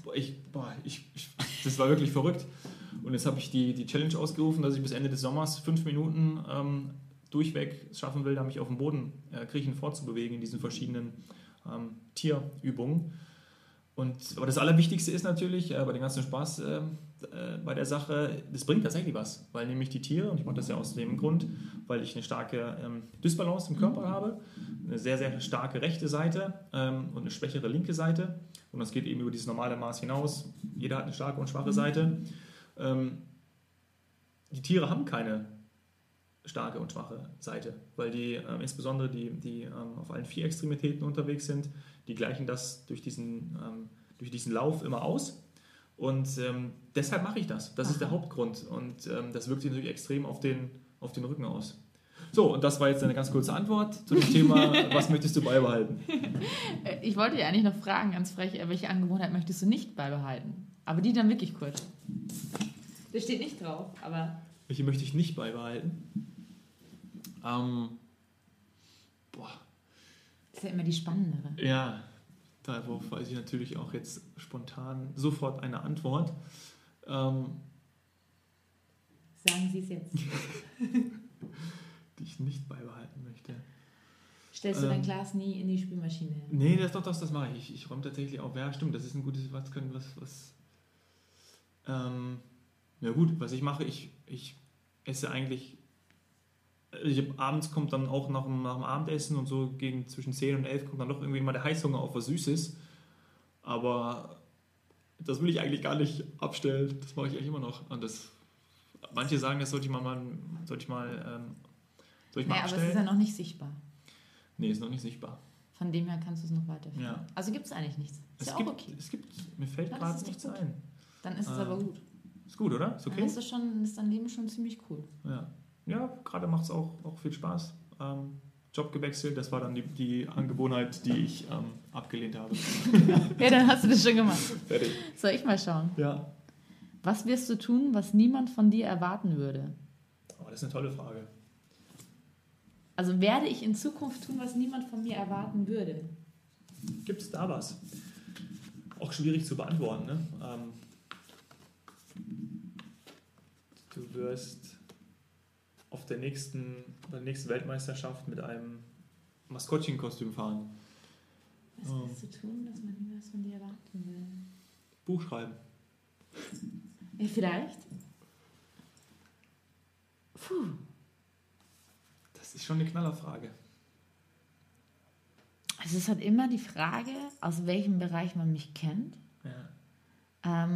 das war wirklich verrückt. Und jetzt habe ich die Challenge ausgerufen, dass ich bis Ende des Sommers 5 Minuten durchweg es schaffen will, da mich auf dem Boden kriechen fortzubewegen in diesen verschiedenen Tierübungen. Aber das Allerwichtigste ist natürlich bei dem ganzen Spaß bei der Sache, das bringt tatsächlich was, weil nämlich die Tiere, und ich mache das ja aus dem Grund, weil ich eine starke Dysbalance im Körper habe, eine sehr, sehr starke rechte Seite und eine schwächere linke Seite und das geht eben über dieses normale Maß hinaus. Jeder hat eine starke und schwache Seite. Die Tiere haben keine starke und schwache Seite, weil die insbesondere die auf allen 4 Extremitäten unterwegs sind, die gleichen das durch diesen Lauf immer aus und deshalb mache ich das. Das ist der Hauptgrund und das wirkt sich natürlich extrem auf den Rücken aus. So, und das war jetzt eine ganz kurze Antwort zu dem Thema, was möchtest du beibehalten? Ich wollte ja eigentlich noch fragen, ganz frech, welche Angewohnheit möchtest du nicht beibehalten? Aber die dann wirklich kurz. Das steht nicht drauf, aber... Welche möchte ich nicht beibehalten? Das ist ja immer die spannendere. Ja, darauf weiß ich natürlich auch jetzt spontan sofort eine Antwort. Sagen Sie es jetzt. Die ich nicht beibehalten möchte. Stellst du dein Glas nie in die Spülmaschine? Nee, das mache ich. Ich räume tatsächlich auf. Ja, stimmt, das ist ein gutes ja gut, was ich mache, ich esse eigentlich, abends kommt dann auch nach dem Abendessen und so gegen zwischen 10 und 11 kommt dann doch irgendwie mal der Heißhunger auf was Süßes. Aber das will ich eigentlich gar nicht abstellen. Das mache ich eigentlich immer noch. Und manche sagen, das sollte ich mal Soll ich mal aber es abstellen? ist ja noch nicht sichtbar. Nee, ist noch nicht sichtbar. Von dem her kannst du es noch weiterführen. Ja. Also gibt es eigentlich nichts. Ist ja auch okay. Mir fällt Ja, das gerade ist doch nichts gut. ein. Dann ist es aber gut. Ist gut, oder? Ist okay? Dann ist dein Leben schon ziemlich cool. Ja, gerade macht es auch viel Spaß. Job gewechselt, das war dann die Angewohnheit, die ich abgelehnt habe. Ja, dann hast du das schon gemacht. Fertig. Soll ich mal schauen? Ja. Was wirst du tun, was niemand von dir erwarten würde? Oh, das ist eine tolle Frage. Also werde ich in Zukunft tun, was niemand von mir erwarten würde? Gibt es da was? Auch schwierig zu beantworten, ne? Du wirst bei der nächsten Weltmeisterschaft mit einem Maskottchenkostüm fahren. Was wirst du tun, dass man niemand von dir erwarten will? Buch schreiben. Ja, vielleicht. Puh. Das ist schon eine Knallerfrage. Also es ist halt immer die Frage, aus welchem Bereich man mich kennt. Ja.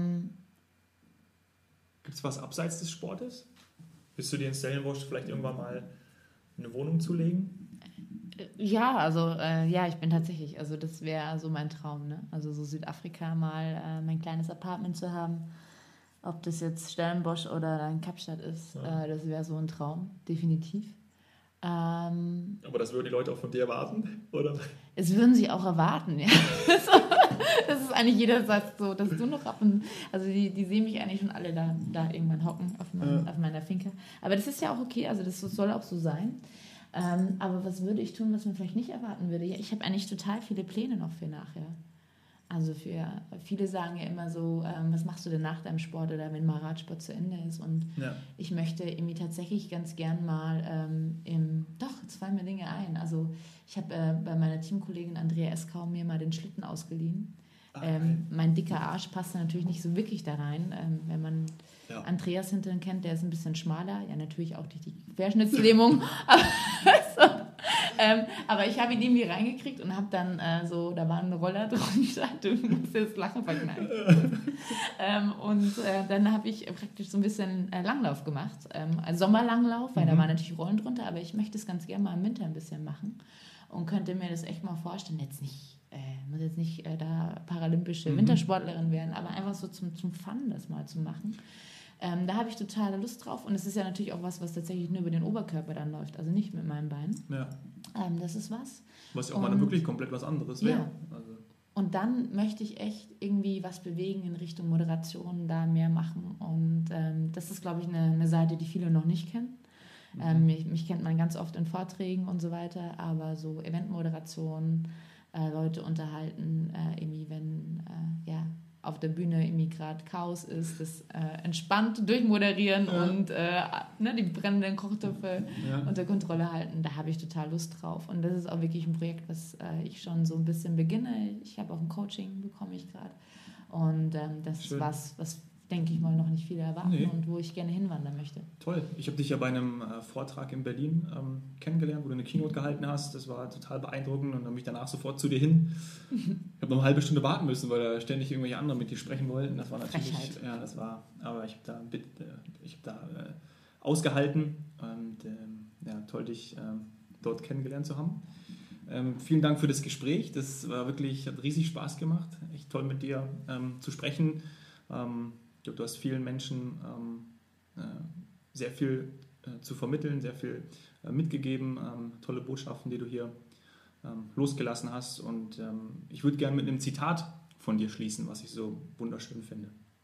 Gibt es was abseits des Sportes? Willst du dir in Stellenbosch vielleicht irgendwann mal eine Wohnung zulegen? Ja, also ich bin tatsächlich, also das wäre so mein Traum, ne? Also so Südafrika mal mein kleines Apartment zu haben, ob das jetzt Stellenbosch oder dann Kapstadt ist, das wäre so ein Traum, definitiv. Aber das würden die Leute auch von dir erwarten, oder? Es würden sie auch erwarten, ja. Das ist eigentlich jeder Satz so, dass du noch also die sehen mich eigentlich schon alle da irgendwann hocken auf meiner Finca. Aber das ist ja auch okay, also das soll auch so sein. Aber was würde ich tun, was man vielleicht nicht erwarten würde? Ja, ich habe eigentlich total viele Pläne noch für nachher. Also viele sagen ja immer so, was machst du denn nach deinem Sport oder wenn mal Radsport zu Ende ist? Und ich möchte irgendwie tatsächlich ganz gern mal jetzt fallen mir Dinge ein. Also ich habe bei meiner Teamkollegin Andrea Eskau mir mal den Schlitten ausgeliehen. Mein dicker Arsch passt natürlich nicht so wirklich da rein. Wenn man Andreas Hintern kennt, der ist ein bisschen schmaler. Ja, natürlich auch durch die Querschnittslähmung. Aber ich habe ihn irgendwie reingekriegt und habe dann da war ein Roller drunter, du musst das Lachen verkneifen. Dann habe ich praktisch so ein bisschen Langlauf gemacht. Sommerlanglauf, weil da waren natürlich Rollen drunter, aber ich möchte es ganz gerne mal im Winter ein bisschen machen und könnte mir das echt mal vorstellen. Muss jetzt nicht da paralympische Wintersportlerin werden, aber einfach so zum Fun das mal zu machen. Da habe ich totale Lust drauf und es ist ja natürlich auch was tatsächlich nur über den Oberkörper dann läuft, also nicht mit meinem Bein. Ja. Das ist was. Was ja auch mal wirklich komplett was anderes wäre. Ja. Also. Und dann möchte ich echt irgendwie was bewegen in Richtung Moderation, da mehr machen und das ist, glaube ich, eine Seite, die viele noch nicht kennen. Mich kennt man ganz oft in Vorträgen und so weiter, aber so Eventmoderation, Leute unterhalten, irgendwie wenn auf der Bühne irgendwie gerade Chaos ist, das entspannt durchmoderieren und die brennenden Kochtöpfe unter Kontrolle halten, da habe ich total Lust drauf. Und das ist auch wirklich ein Projekt, was ich schon so ein bisschen beginne. Ich habe auch ein Coaching, bekomme ich gerade. Und das ist was denke ich mal, noch nicht viele erwarten und wo ich gerne hinwandern möchte. Toll. Ich habe dich ja bei einem Vortrag in Berlin kennengelernt, wo du eine Keynote gehalten hast. Das war total beeindruckend und dann bin ich danach sofort zu dir hin. Ich habe noch eine halbe Stunde warten müssen, weil da ständig irgendwelche anderen mit dir sprechen wollten. Das war natürlich, aber ich habe da ausgehalten und toll, dich dort kennengelernt zu haben. Vielen Dank für das Gespräch. Das war wirklich, hat riesig Spaß gemacht. Echt toll mit dir zu sprechen. Ich glaube, du hast vielen Menschen sehr viel zu vermitteln, sehr viel mitgegeben, tolle Botschaften, die du hier losgelassen hast. Und ich würde gerne mit einem Zitat von dir schließen, was ich so wunderschön finde.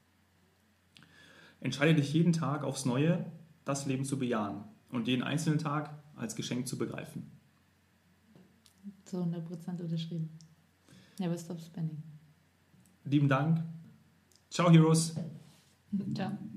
Entscheide dich jeden Tag aufs Neue, das Leben zu bejahen und jeden einzelnen Tag als Geschenk zu begreifen. Zu 100% unterschrieben. Never stop spending. Lieben Dank. Ciao, Heroes. Ciao.